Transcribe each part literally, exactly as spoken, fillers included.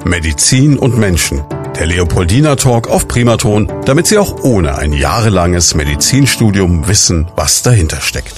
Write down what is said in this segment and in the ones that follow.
Medizin und Menschen. Der Leopoldina Talk auf Primaton, damit Sie auch ohne ein jahrelanges Medizinstudium wissen, was dahinter steckt.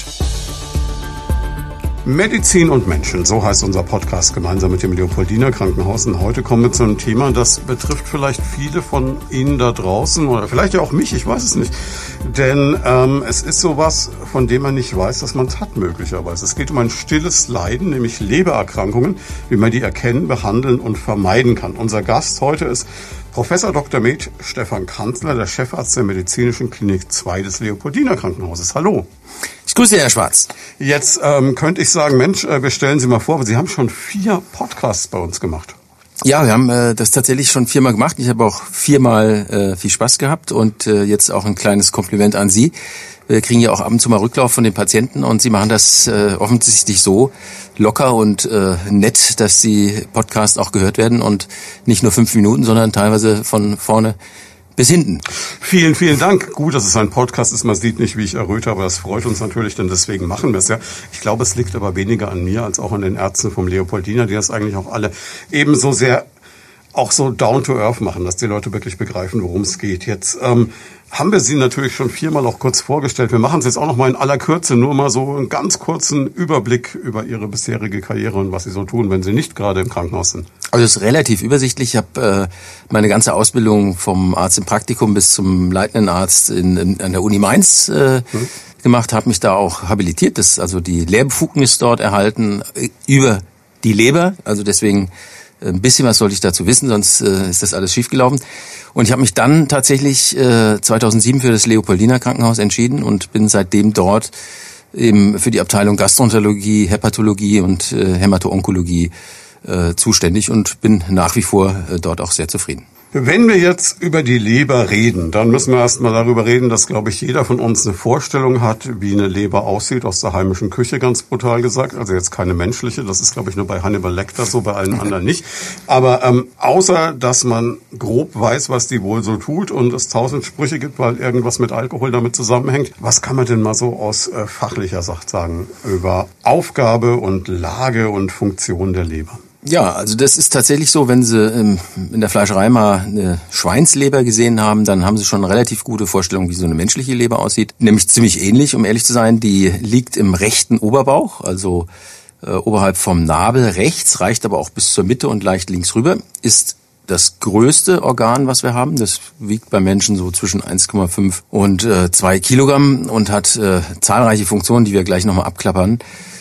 Medizin und Menschen, so heißt unser Podcast gemeinsam mit dem Leopoldina Krankenhaus. Und heute kommen wir zu einem Thema, das betrifft vielleicht viele von Ihnen da draußen oder vielleicht ja auch mich, ich weiß es nicht. Denn ähm, es ist sowas, von dem man nicht weiß, dass man es hat möglicherweise. Es geht um ein stilles Leiden, nämlich Lebererkrankungen, wie man die erkennen, behandeln und vermeiden kann. Unser Gast heute ist Professor Doktor Med Stefan Kanzler, der Chefarzt der Medizinischen Klinik zwei des Leopoldina Krankenhauses. Hallo. Ich grüße Herr Schwarz. Jetzt ähm, könnte ich sagen, Mensch, äh, wir stellen Sie mal vor, Sie haben schon vier Podcasts bei uns gemacht. Ja, wir haben äh, das tatsächlich schon viermal gemacht. Ich habe auch viermal äh, viel Spaß gehabt und äh, jetzt auch ein kleines Kompliment an Sie. Wir kriegen ja auch ab und zu mal Rücklauf von den Patienten und Sie machen das äh, offensichtlich so locker und äh, nett, dass die Podcasts auch gehört werden und nicht nur fünf Minuten, sondern teilweise von vorne bis hinten. Vielen, vielen Dank. Gut, dass es ein Podcast ist. Man sieht nicht, wie ich erröte, aber das freut uns natürlich, denn deswegen machen wir es ja. Ich glaube, es liegt aber weniger an mir als auch an den Ärzten vom Leopoldina, die das eigentlich auch alle ebenso sehr auch so down to earth machen, dass die Leute wirklich begreifen, worum es geht. Jetzt ähm, haben wir Sie natürlich schon viermal auch kurz vorgestellt. Wir machen es jetzt auch noch mal in aller Kürze, nur mal so einen ganz kurzen Überblick über Ihre bisherige Karriere und was Sie so tun, wenn Sie nicht gerade im Krankenhaus sind. Also es ist relativ übersichtlich. Ich habe äh, meine ganze Ausbildung vom Arzt im Praktikum bis zum leitenden Arzt in, in, an der Uni Mainz äh, hm. gemacht, habe mich da auch habilitiert, das also die Lehrbefugnis dort erhalten äh, über die Leber, also deswegen ein bisschen was sollte ich dazu wissen, sonst äh, ist das alles schiefgelaufen. Und ich habe mich dann tatsächlich äh, zweitausendsieben für das Leopoldina Krankenhaus entschieden und bin seitdem dort eben für die Abteilung Gastroenterologie, Hepatologie und äh, Hämato-Onkologie äh, zuständig und bin nach wie vor äh, dort auch sehr zufrieden. Wenn wir jetzt über die Leber reden, dann müssen wir erstmal darüber reden, dass, glaube ich, jeder von uns eine Vorstellung hat, wie eine Leber aussieht, aus der heimischen Küche, ganz brutal gesagt. Also jetzt keine menschliche, das ist, glaube ich, nur bei Hannibal Lecter so, bei allen anderen nicht. Aber ähm, außer, dass man grob weiß, was die wohl so tut und es tausend Sprüche gibt, weil irgendwas mit Alkohol damit zusammenhängt, was kann man denn mal so aus äh, fachlicher Sicht sagen über Aufgabe und Lage und Funktion der Leber? Ja, also das ist tatsächlich so, wenn Sie ähm, in der Fleischerei mal eine Schweinsleber gesehen haben, dann haben Sie schon eine relativ gute Vorstellung, wie so eine menschliche Leber aussieht. Nämlich ziemlich ähnlich, um ehrlich zu sein. Die liegt im rechten Oberbauch, also äh, oberhalb vom Nabel rechts, reicht aber auch bis zur Mitte und leicht links rüber. Ist das größte Organ, was wir haben. Das wiegt beim Menschen so zwischen eins Komma fünf und äh, zwei Kilogramm und hat äh, zahlreiche Funktionen, die wir gleich nochmal abklappern.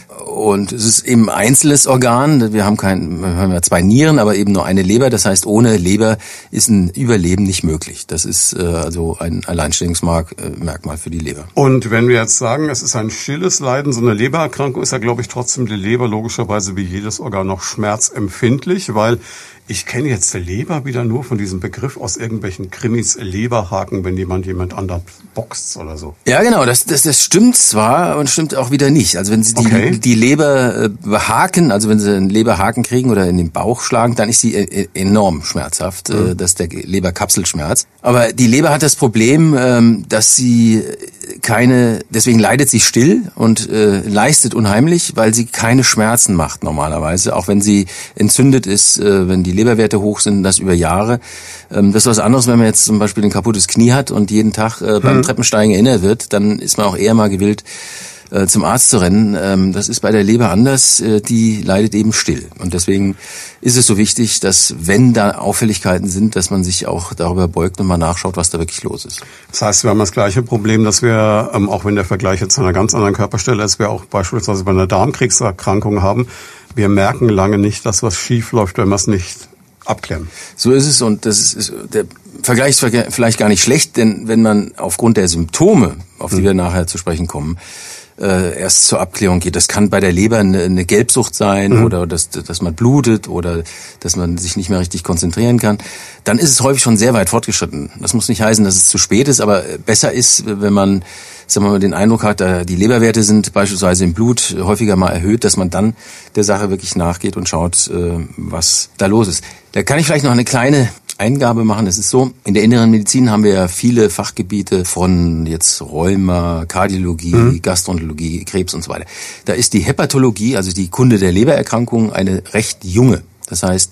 Und es ist eben ein einzelnes Organ. Wir haben kein, wir haben ja zwei Nieren, aber eben nur eine Leber. Das heißt, ohne Leber ist ein Überleben nicht möglich. Das ist äh, also ein Alleinstellungsmerkmal für die Leber. Und wenn wir jetzt sagen, es ist ein stilles Leiden, so eine Lebererkrankung, ist ja, glaube ich, trotzdem die Leber logischerweise wie jedes Organ noch schmerzempfindlich, weil ich kenne jetzt die Leber wieder nur von diesem Begriff aus irgendwelchen Krimis, Leberhaken, wenn jemand jemand anderen boxt oder so. Ja, genau, das, das, das stimmt zwar und stimmt auch wieder nicht. Also wenn Sie die, okay. die Leber äh, haken, also wenn Sie einen Leberhaken kriegen oder in den Bauch schlagen, dann ist sie äh, enorm schmerzhaft. Mhm. Äh, das ist der Leberkapselschmerz. Aber die Leber hat das Problem, ähm, dass sie keine, deswegen leidet sie still und äh, leistet unheimlich, weil sie keine Schmerzen macht normalerweise, auch wenn sie entzündet ist, äh, wenn die Leberwerte hoch sind, das über Jahre. Ähm, das ist was anderes, wenn man jetzt zum Beispiel ein kaputtes Knie hat und jeden Tag äh, beim hm. Treppensteigen erinnert wird, dann ist man auch eher mal gewillt, äh, zum Arzt zu rennen. Ähm, das ist bei der Leber anders, äh, die leidet eben still. Und deswegen ist es so wichtig, dass, wenn da Auffälligkeiten sind, dass man sich auch darüber beugt und mal nachschaut, was da wirklich los ist. Das heißt, wir haben das gleiche Problem, dass wir, ähm, auch wenn der Vergleich jetzt zu einer ganz anderen Körperstelle ist, wir auch beispielsweise bei einer Darmkrebserkrankung haben, wir merken lange nicht, dass was schief läuft, wenn wir es nicht abklären. So ist es, und das ist, der Vergleich ist vielleicht gar nicht schlecht, denn wenn man aufgrund der Symptome, auf die hm. wir nachher zu sprechen kommen, äh, erst zur Abklärung geht. Das kann bei der Leber eine, eine Gelbsucht sein mhm. oder dass, dass man blutet oder dass man sich nicht mehr richtig konzentrieren kann. Dann ist es häufig schon sehr weit fortgeschritten. Das muss nicht heißen, dass es zu spät ist, aber besser ist, wenn man, sagen wir mal, den Eindruck hat, die Leberwerte sind beispielsweise im Blut häufiger mal erhöht, dass man dann der Sache wirklich nachgeht und schaut, was da los ist. Da kann ich vielleicht noch eine kleine Eingabe machen. Es ist so, in der inneren Medizin haben wir ja viele Fachgebiete von jetzt Rheuma, Kardiologie, mhm. Gastroenterologie, Krebs und so weiter. Da ist die Hepatologie, also die Kunde der Lebererkrankungen, eine recht junge. Das heißt,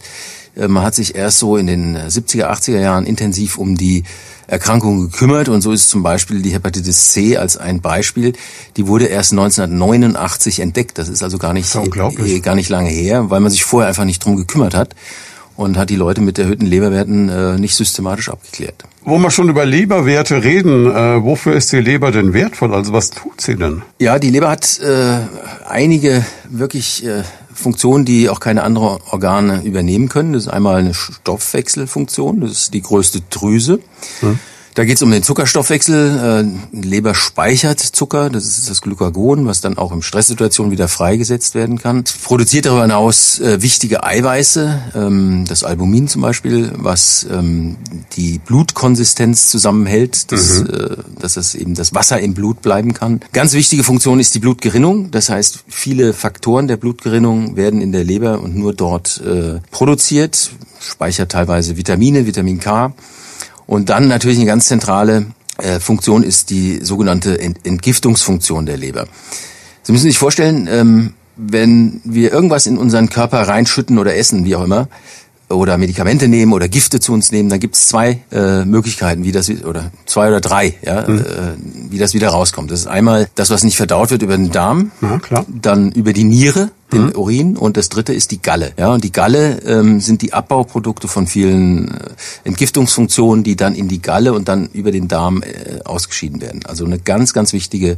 Äh, man hat sich erst so in den siebziger, achtziger Jahren intensiv um die Erkrankung gekümmert und so ist zum Beispiel die Hepatitis C als ein Beispiel. Die wurde erst neunzehnhundertneunundachtzig entdeckt. Das ist also gar nicht, äh, gar nicht lange her, weil man sich vorher einfach nicht drum gekümmert hat und hat die Leute mit erhöhten Leberwerten äh, nicht systematisch abgeklärt. Wo wir schon über Leberwerte reden, äh, wofür ist die Leber denn wertvoll? Also was tut sie denn? Ja, die Leber hat äh, einige wirklich äh, Funktionen, die auch keine anderen Organe übernehmen können. Das ist einmal eine Stoffwechselfunktion, das ist die größte Drüse. Hm. Da geht es um den Zuckerstoffwechsel. Die Leber speichert Zucker, das ist das Glykagon, was dann auch in Stresssituationen wieder freigesetzt werden kann. Es produziert darüber hinaus äh, wichtige Eiweiße, ähm, das Albumin zum Beispiel, was ähm, die Blutkonsistenz zusammenhält, dass, mhm. äh, dass es eben das Wasser im Blut bleiben kann. Ganz wichtige Funktion ist die Blutgerinnung. Das heißt, viele Faktoren der Blutgerinnung werden in der Leber und nur dort äh, produziert, speichert teilweise Vitamine, Vitamin K. Und dann natürlich eine ganz zentrale äh, Funktion ist die sogenannte Ent- Entgiftungsfunktion der Leber. Sie müssen sich vorstellen, ähm, wenn wir irgendwas in unseren Körper reinschütten oder essen, wie auch immer, oder Medikamente nehmen oder Gifte zu uns nehmen, dann gibt es zwei äh, Möglichkeiten, wie das oder zwei oder drei, ja, mhm. äh, wie das wieder rauskommt. Das ist einmal das, was nicht verdaut wird über den Darm, ja, klar. Dann über die Niere, den mhm. Urin und das dritte ist die Galle. Ja, und die Galle ähm, sind die Abbauprodukte von vielen äh, Entgiftungsfunktionen, die dann in die Galle und dann über den Darm äh, ausgeschieden werden. Also eine ganz, ganz wichtige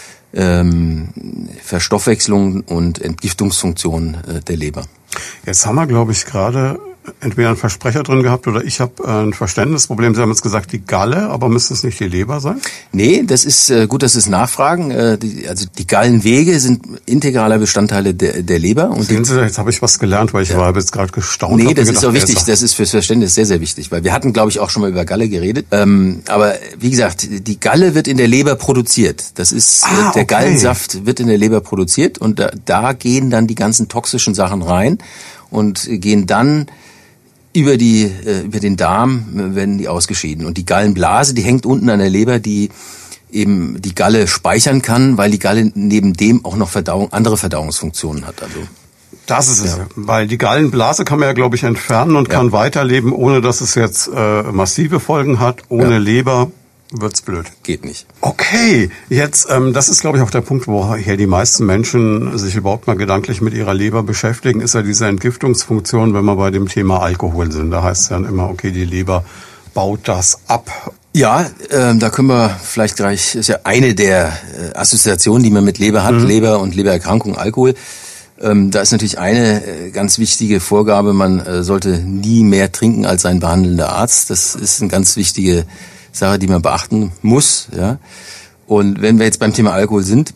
ähm, Verstoffwechslung und Entgiftungsfunktion äh, der Leber. Jetzt haben wir, glaube ich, gerade entweder einen Versprecher drin gehabt oder ich habe äh, ein Verständnisproblem. Sie haben jetzt gesagt, die Galle, aber müsste es nicht die Leber sein? Nee, das ist äh, gut, dass Sie es nachfragen. Äh, die, also die Gallenwege sind integraler Bestandteile der, der Leber. Und Sehen Sie, jetzt habe ich was gelernt, weil ich ja. war jetzt gerade gestaunt. Nee, das gedacht, ist auch wichtig. Ist das ist fürs Verständnis sehr, sehr wichtig, weil wir hatten, glaube ich, auch schon mal über Galle geredet. Ähm, aber wie gesagt, die Galle wird in der Leber produziert. Das ist ah, äh, der okay. Gallensaft wird in der Leber produziert und da, da gehen dann die ganzen toxischen Sachen rein und gehen dann über die äh, über den Darm werden die ausgeschieden und die Gallenblase, die hängt unten an der Leber, die eben die Galle speichern kann, weil die Galle neben dem auch noch Verdauung andere Verdauungsfunktionen hat. Also das ist es, ja. Weil die Gallenblase kann man ja, glaube ich, entfernen und ja. kann weiterleben, ohne dass es jetzt äh, massive Folgen hat. Ohne ja. Leber wird's blöd. Geht nicht. Okay, jetzt, ähm, das ist, glaube ich, auch der Punkt, woher die meisten Menschen sich überhaupt mal gedanklich mit ihrer Leber beschäftigen, ist ja diese Entgiftungsfunktion, wenn wir bei dem Thema Alkohol sind. Da heißt es dann immer, okay, die Leber baut das ab. Ja, äh, da können wir vielleicht gleich, ist ja eine der äh, Assoziationen, die man mit Leber hat, mhm. Leber und Lebererkrankung, Alkohol. Ähm, da ist natürlich eine äh, ganz wichtige Vorgabe, man äh, sollte nie mehr trinken als ein behandelnder Arzt. Das ist eine ganz wichtige Sache, die man beachten muss, ja. Und wenn wir jetzt beim Thema Alkohol sind,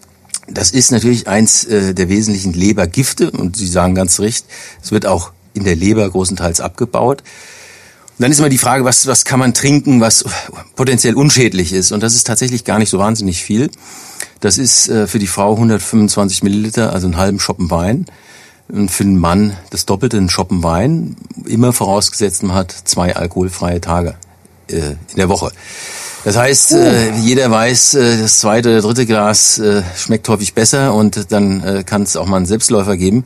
das ist natürlich eins äh, der wesentlichen Lebergifte und Sie sagen ganz recht, es wird auch in der Leber großenteils abgebaut. Und dann ist immer die Frage, was was kann man trinken, was potenziell unschädlich ist? Und das ist tatsächlich gar nicht so wahnsinnig viel. Das ist äh, für die Frau hundertfünfundzwanzig Milliliter, also einen halben Schoppen Wein. Und für den Mann das Doppelte, einen Schoppen Wein, immer vorausgesetzt, man hat zwei alkoholfreie Tage in der Woche. Das heißt, uh. jeder weiß, das zweite oder dritte Glas schmeckt häufig besser und dann kann es auch mal einen Selbstläufer geben.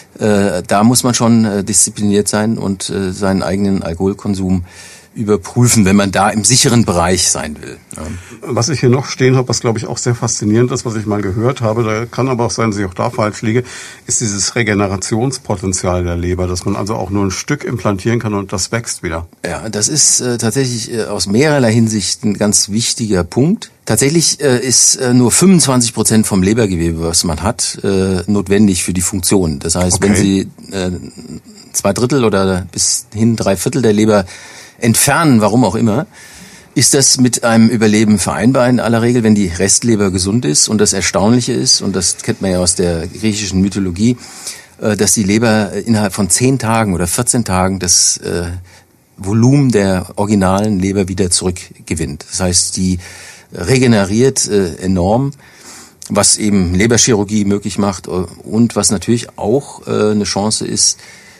Da muss man schon diszipliniert sein und seinen eigenen Alkoholkonsum überprüfen, wenn man da im sicheren Bereich sein will. Ja. Was ich hier noch stehen habe, was glaube ich auch sehr faszinierend ist, was ich mal gehört habe, da kann aber auch sein, dass ich auch da falsch liege, ist dieses Regenerationspotenzial der Leber, dass man also auch nur ein Stück implantieren kann und das wächst wieder. Ja, das ist äh, tatsächlich äh, aus mehrerlei Hinsicht ein ganz wichtiger Punkt. Tatsächlich äh, ist äh, nur fünfundzwanzig Prozent vom Lebergewebe, was man hat, äh, notwendig für die Funktion. Das heißt, okay. wenn Sie äh, zwei Drittel oder bis hin drei Viertel der Leber entfernen, warum auch immer, ist das mit einem Überleben vereinbar in aller Regel, wenn die Restleber gesund ist. Und das Erstaunliche ist, und das kennt man ja aus der griechischen Mythologie, dass die Leber innerhalb von zehn Tagen oder vierzehn Tagen das Volumen der originalen Leber wieder zurückgewinnt. Das heißt, die regeneriert enorm, was eben Leberchirurgie möglich macht und was natürlich auch eine Chance ist,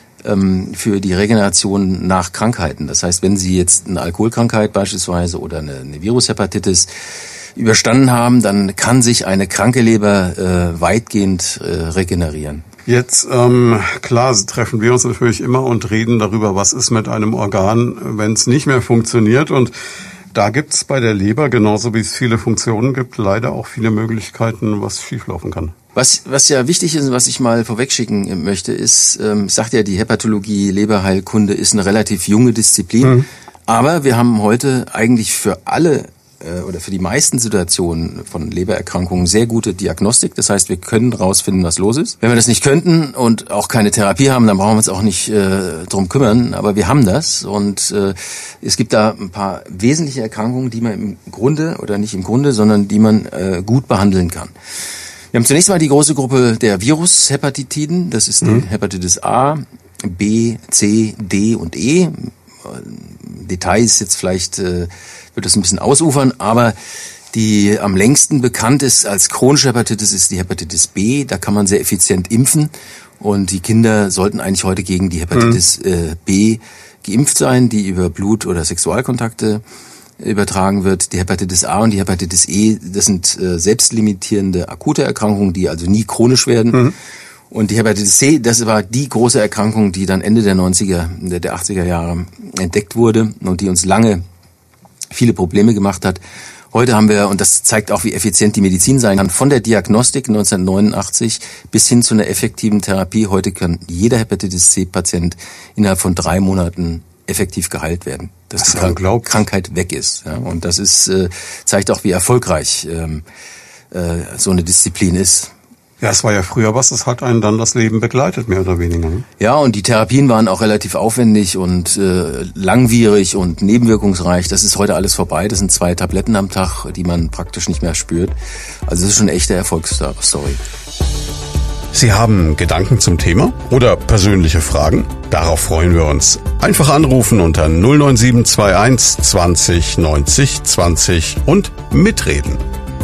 für die Regeneration nach Krankheiten. Das heißt, wenn Sie jetzt eine Alkoholkrankheit beispielsweise oder eine, eine Virushepatitis überstanden haben, dann kann sich eine kranke Leber äh, weitgehend äh, regenerieren. Jetzt, ähm, klar, treffen wir uns natürlich immer und reden darüber, was ist mit einem Organ, wenn es nicht mehr funktioniert. Und da gibt's bei der Leber, genauso wie es viele Funktionen gibt, leider auch viele Möglichkeiten, was schieflaufen kann. Was, was ja wichtig ist und was ich mal vorwegschicken möchte, ist, ähm, ich sagte ja, die Hepatologie, Leberheilkunde ist eine relativ junge Disziplin. Mhm. Aber wir haben heute eigentlich für alle oder für die meisten Situationen von Lebererkrankungen sehr gute Diagnostik. Das heißt, wir können rausfinden, was los ist. Wenn wir das nicht könnten und auch keine Therapie haben, dann brauchen wir uns auch nicht äh, drum kümmern. Aber wir haben das und äh, es gibt da ein paar wesentliche Erkrankungen, die man im Grunde, oder nicht im Grunde, sondern die man äh, gut behandeln kann. Wir haben zunächst mal die große Gruppe der Virushepatitiden. Das ist die mhm. Hepatitis A, B, C, D und E. Details jetzt vielleicht äh, wird das ein bisschen ausufern, aber die am längsten bekannt ist als chronische Hepatitis ist die Hepatitis B. Da kann man sehr effizient impfen und die Kinder sollten eigentlich heute gegen die Hepatitis mhm. äh, B geimpft sein, die über Blut- oder Sexualkontakte übertragen wird. Die Hepatitis A und die Hepatitis E, das sind äh, selbstlimitierende akute Erkrankungen, die also nie chronisch werden. Mhm. Und die Hepatitis C, das war die große Erkrankung, die dann Ende der neunziger, der achtziger Jahre entdeckt wurde und die uns lange viele Probleme gemacht hat. Heute haben wir, und das zeigt auch, wie effizient die Medizin sein kann, von der Diagnostik neunzehnhundertneunundachtzig bis hin zu einer effektiven Therapie. Heute kann jeder Hepatitis C-Patient innerhalb von drei Monaten effektiv geheilt werden, dass die Krank- Krankheit weg ist. Ja, und das ist, äh, zeigt auch, wie erfolgreich ähm, äh, so eine Disziplin ist. Ja, es war ja früher was, das hat einen dann das Leben begleitet, mehr oder weniger. Ne? Ja, und die Therapien waren auch relativ aufwendig und äh, langwierig und nebenwirkungsreich. Das ist heute alles vorbei. Das sind zwei Tabletten am Tag, die man praktisch nicht mehr spürt. Also das ist schon eine echte Erfolgsstory. Sie haben Gedanken zum Thema oder persönliche Fragen? Darauf freuen wir uns. Einfach anrufen unter null neun sieben zwei eins zwanzig neunzig zwanzig und mitreden.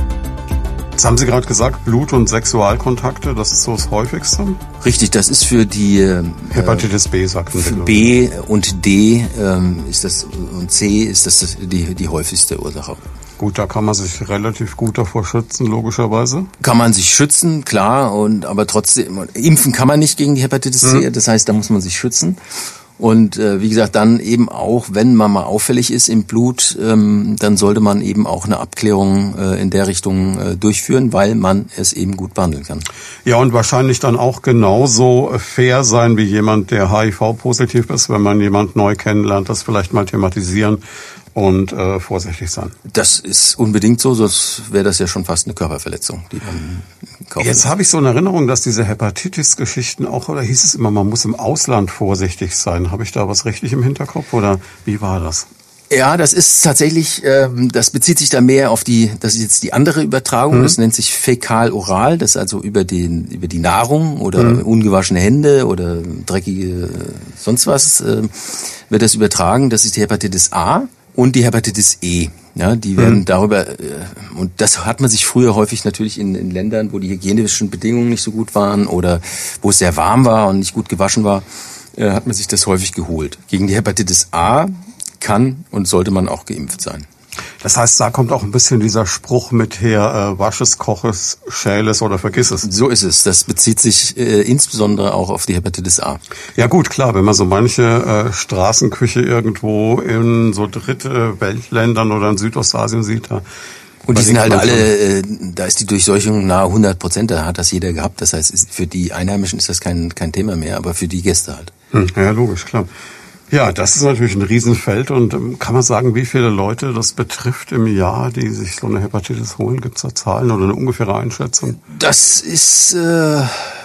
Jetzt haben Sie gerade gesagt, Blut- und Sexualkontakte, das ist so das Häufigste? Richtig, das ist für die äh, Hepatitis B, sagten Sie. B und D ähm, ist das und C ist das die die häufigste Ursache. Gut, da kann man sich relativ gut davor schützen, logischerweise. Kann man sich schützen, klar, und aber trotzdem impfen kann man nicht gegen die Hepatitis C. Mhm. Das heißt, da muss man sich schützen. Und äh, wie gesagt, dann eben auch, wenn man mal auffällig ist im Blut, ähm, dann sollte man eben auch eine Abklärung äh, in der Richtung äh, durchführen, weil man es eben gut behandeln kann. Ja, und wahrscheinlich dann auch genauso fair sein wie jemand, der H I V-positiv ist, wenn man jemand neu kennenlernt, das vielleicht mal thematisieren und äh, vorsichtig sein. Das ist unbedingt so, sonst wäre das ja schon fast eine Körperverletzung, die man kauft. Jetzt habe ich so eine Erinnerung, dass diese Hepatitis-Geschichten auch, oder hieß es immer, man muss im Ausland vorsichtig sein. Habe ich da was richtig im Hinterkopf oder wie war das? Ja, das ist tatsächlich, ähm, das bezieht sich da mehr auf die, das ist jetzt die andere Übertragung, mhm. das nennt sich fäkal-oral, das ist also über den, über die Nahrung oder mhm. ungewaschene Hände oder dreckige sonst was, äh, wird das übertragen. Das ist die Hepatitis A und die Hepatitis E. Ja, die werden mhm. darüber, äh, und das hat man sich früher häufig natürlich in, in Ländern, wo die hygienischen Bedingungen nicht so gut waren oder wo es sehr warm war und nicht gut gewaschen war, äh, hat man sich das häufig geholt. Gegen die Hepatitis A kann und sollte man auch geimpft sein. Das heißt, da kommt auch ein bisschen dieser Spruch mit her, äh, wasch es, koch es, schäl es oder vergiss es. So ist es. Das bezieht sich äh, insbesondere auch auf die Hepatitis A. Ja gut, klar, wenn man so manche äh, Straßenküche irgendwo in so dritte Weltländern oder in Südostasien sieht, da und die sind halt alle, äh, da ist die Durchseuchung nahe hundert Prozent, da hat das jeder gehabt. Das heißt, für die Einheimischen ist das kein kein Thema mehr, aber für die Gäste halt. Hm, ja, logisch, klar. Ja, das ist natürlich ein Riesenfeld und ähm, kann man sagen, wie viele Leute das betrifft im Jahr, die sich so eine Hepatitis holen? Gibt es da Zahlen oder eine ungefähre Einschätzung? Das ist, äh,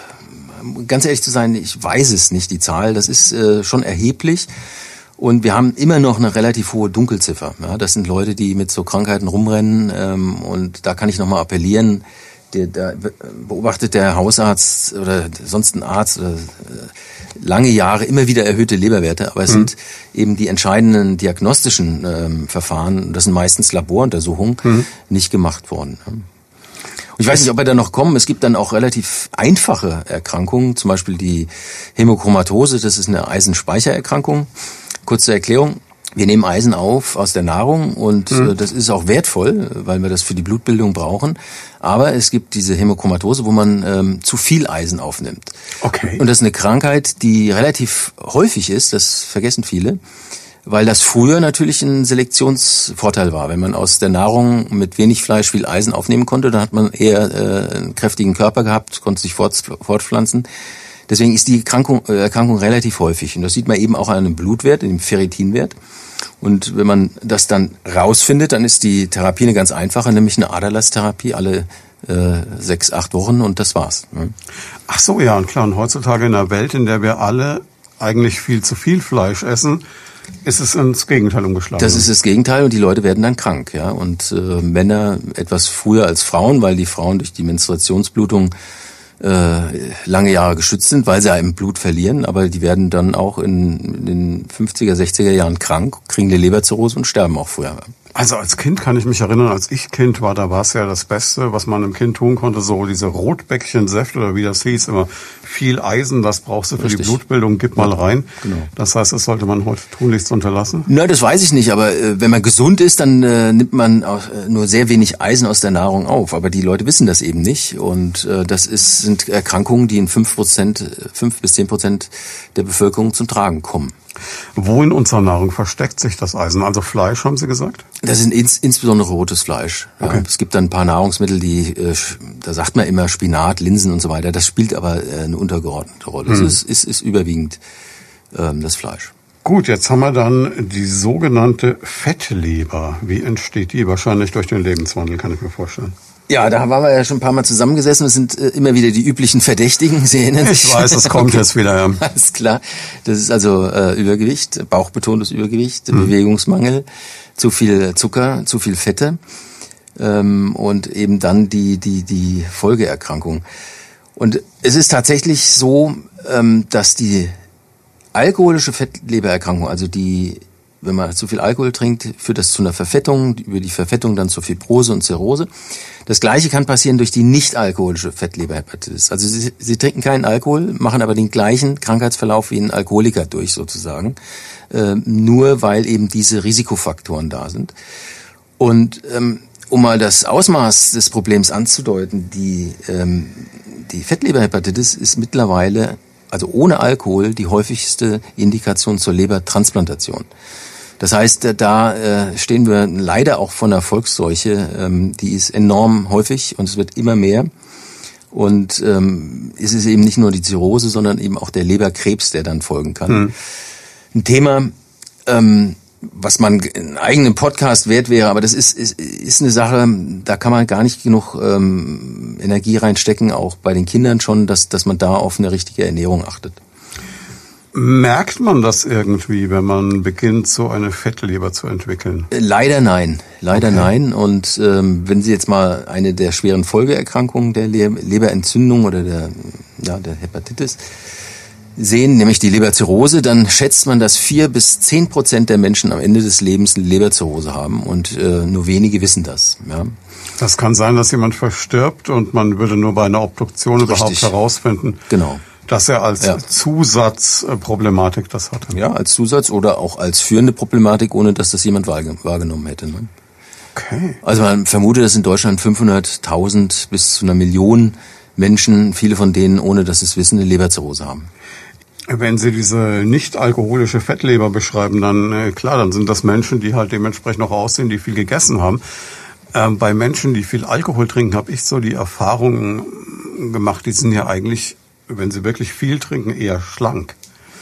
ganz ehrlich zu sein, ich weiß es nicht, die Zahl. Das ist äh, schon erheblich und wir haben immer noch eine relativ hohe Dunkelziffer. Ja, das sind Leute, die mit so Krankheiten rumrennen ähm, und da kann ich nochmal appellieren, der, da beobachtet der Hausarzt oder sonst ein Arzt oder, äh, lange Jahre immer wieder erhöhte Leberwerte, aber es mhm. sind eben die entscheidenden diagnostischen ähm, Verfahren, das sind meistens Laboruntersuchungen, mhm. nicht gemacht worden. Und ich weiß nicht, ob wir da noch kommen. Es gibt dann auch relativ einfache Erkrankungen, zum Beispiel die Hämochromatose, das ist eine Eisenspeichererkrankung. Kurze Erklärung. Wir nehmen Eisen auf aus der Nahrung und mhm. äh, das ist auch wertvoll, weil wir das für die Blutbildung brauchen. Aber es gibt diese Hämochromatose, wo man ähm, zu viel Eisen aufnimmt. Okay. Und das ist eine Krankheit, die relativ häufig ist, das vergessen viele, weil das früher natürlich ein Selektionsvorteil war. Wenn man aus der Nahrung mit wenig Fleisch viel Eisen aufnehmen konnte, dann hat man eher äh, einen kräftigen Körper gehabt, konnte sich fort, fortpflanzen. Deswegen ist die Erkrankung, äh, Erkrankung relativ häufig. Und das sieht man eben auch an einem Blutwert, dem Ferritinwert. Und wenn man das dann rausfindet, dann ist die Therapie eine ganz einfache, nämlich eine Aderlasstherapie alle äh, sechs, acht Wochen und das war's. Ne? Ach so, ja, und klar. Und heutzutage in einer Welt, in der wir alle eigentlich viel zu viel Fleisch essen, ist es ins Gegenteil umgeschlagen. Das ist das Gegenteil und die Leute werden dann krank, ja. Und äh, Männer etwas früher als Frauen, weil die Frauen durch die Menstruationsblutung äh, lange Jahre geschützt sind, weil sie ja im Blut verlieren, aber die werden dann auch in, in den fünfziger, sechziger Jahren krank, kriegen eine Leberzirrhose und sterben auch früher. Also als Kind kann ich mich erinnern, als ich Kind war, da war es ja das Beste, was man einem Kind tun konnte, so diese Rotbäckchensäfte oder wie das hieß, immer viel Eisen, das brauchst du für Richtig. Die Blutbildung, gib mal rein. Genau. Das heißt, das sollte man heute tunlichst unterlassen? Na, das weiß ich nicht, aber äh, wenn man gesund ist, dann äh, nimmt man auch, äh, nur sehr wenig Eisen aus der Nahrung auf, aber die Leute wissen das eben nicht und äh, das ist, sind Erkrankungen, die in fünf Prozent, fünf bis zehn Prozent der Bevölkerung zum Tragen kommen. Wo in unserer Nahrung versteckt sich das Eisen? Also Fleisch, haben Sie gesagt? Das ist ins, insbesondere rotes Fleisch. Okay. Ja, es gibt dann ein paar Nahrungsmittel, die, äh, da sagt man immer Spinat, Linsen und so weiter. Das spielt aber äh, eine untergeordnete Rolle. Es mhm. ist, ist, ist überwiegend ähm, das Fleisch. Gut, jetzt haben wir dann die sogenannte Fettleber. Wie entsteht die? Wahrscheinlich durch den Lebenswandel, kann ich mir vorstellen. Ja, da waren wir ja schon ein paar Mal zusammengesessen. Es sind äh, immer wieder die üblichen Verdächtigen. Sie erinnern sich. Ich weiß, es kommt okay. jetzt wieder. Ja. Alles klar. Das ist also äh, Übergewicht, bauchbetontes Übergewicht, mhm. Bewegungsmangel, zu viel Zucker, zu viel Fette ähm, und eben dann die die die Folgeerkrankung. Und es ist tatsächlich so, ähm, dass die alkoholische Fettlebererkrankung, also die, wenn man zu viel Alkohol trinkt, führt das zu einer Verfettung, über die Verfettung dann zur Fibrose und Zirrhose. Das Gleiche kann passieren durch die nicht-alkoholische Fettleberhepatitis. Also sie, sie trinken keinen Alkohol, machen aber den gleichen Krankheitsverlauf wie ein Alkoholiker durch sozusagen, äh, nur weil eben diese Risikofaktoren da sind. Und ähm, um mal das Ausmaß des Problems anzudeuten, die, ähm, die Fettleberhepatitis ist mittlerweile, also ohne Alkohol, die häufigste Indikation zur Lebertransplantation. Das heißt, da äh, stehen wir leider auch vor einer Volksseuche, ähm, die ist enorm häufig und es wird immer mehr. Und ähm, es ist eben nicht nur die Zirrhose, sondern eben auch der Leberkrebs, der dann folgen kann. Hm. Ein Thema, ähm, was man einen eigenen Podcast wert wäre, aber das ist, ist, ist eine Sache, da kann man gar nicht genug ähm, Energie reinstecken, auch bei den Kindern schon, dass, dass man da auf eine richtige Ernährung achtet. Merkt man das irgendwie, wenn man beginnt, so eine Fettleber zu entwickeln? Leider nein, leider okay. nein. Und ähm, wenn Sie jetzt mal eine der schweren Folgeerkrankungen der Le- Leberentzündung oder der, ja, der Hepatitis sehen, nämlich die Leberzirrhose, dann schätzt man, dass vier bis zehn Prozent der Menschen am Ende des Lebens eine Leberzirrhose haben und äh, nur wenige wissen das. Ja. Das kann sein, dass jemand verstirbt und man würde nur bei einer Obduktion Richtig. überhaupt herausfinden, genau. dass er als ja. Zusatzproblematik das hatte. Ja, als Zusatz oder auch als führende Problematik, ohne dass das jemand wahrgenommen hätte. Ne? Okay. Also man vermutet, dass in Deutschland fünfhunderttausend bis zu einer Million Menschen, viele von denen, ohne dass sie es wissen, eine Leberzirrhose haben. Wenn Sie diese nicht alkoholische Fettleber beschreiben, dann äh, klar, dann sind das Menschen, die halt dementsprechend noch aussehen, die viel gegessen haben. Ähm, bei Menschen, die viel Alkohol trinken, habe ich so die Erfahrung gemacht, die sind ja eigentlich, wenn sie wirklich viel trinken, eher schlank.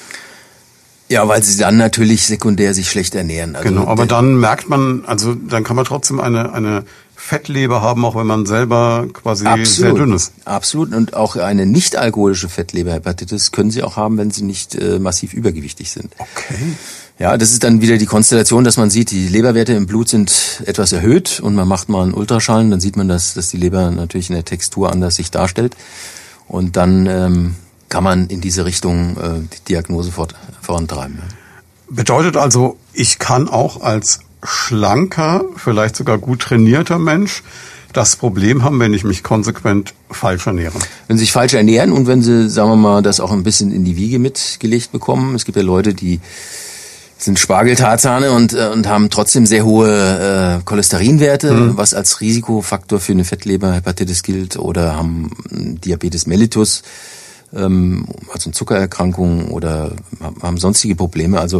Ja, weil sie dann natürlich sekundär sich schlecht ernähren. Also genau, aber dann merkt man, also dann kann man trotzdem eine eine Fettleber haben, auch wenn man selber quasi Absolut. sehr dünn ist. Absolut. Und auch eine nicht alkoholische Fettleberhepatitis können Sie auch haben, wenn Sie nicht äh, massiv übergewichtig sind. Okay. Ja, das ist dann wieder die Konstellation, dass man sieht, die Leberwerte im Blut sind etwas erhöht und man macht mal einen Ultraschall, dann sieht man, dass, dass die Leber natürlich in der Textur anders sich darstellt. Und dann ähm, kann man in diese Richtung äh, die Diagnose fort, vorantreiben. Ja. Bedeutet also, ich kann auch als schlanker, vielleicht sogar gut trainierter Mensch das Problem haben, wenn ich mich konsequent falsch ernähre. Wenn Sie sich falsch ernähren und wenn Sie, sagen wir mal, das auch ein bisschen in die Wiege mitgelegt bekommen. Es gibt ja Leute, die sind Spargeltarzane und und haben trotzdem sehr hohe äh, Cholesterinwerte, mhm. was als Risikofaktor für eine Fettleberhepatitis gilt, oder haben Diabetes mellitus, ähm, also eine Zuckererkrankung, oder haben sonstige Probleme. Also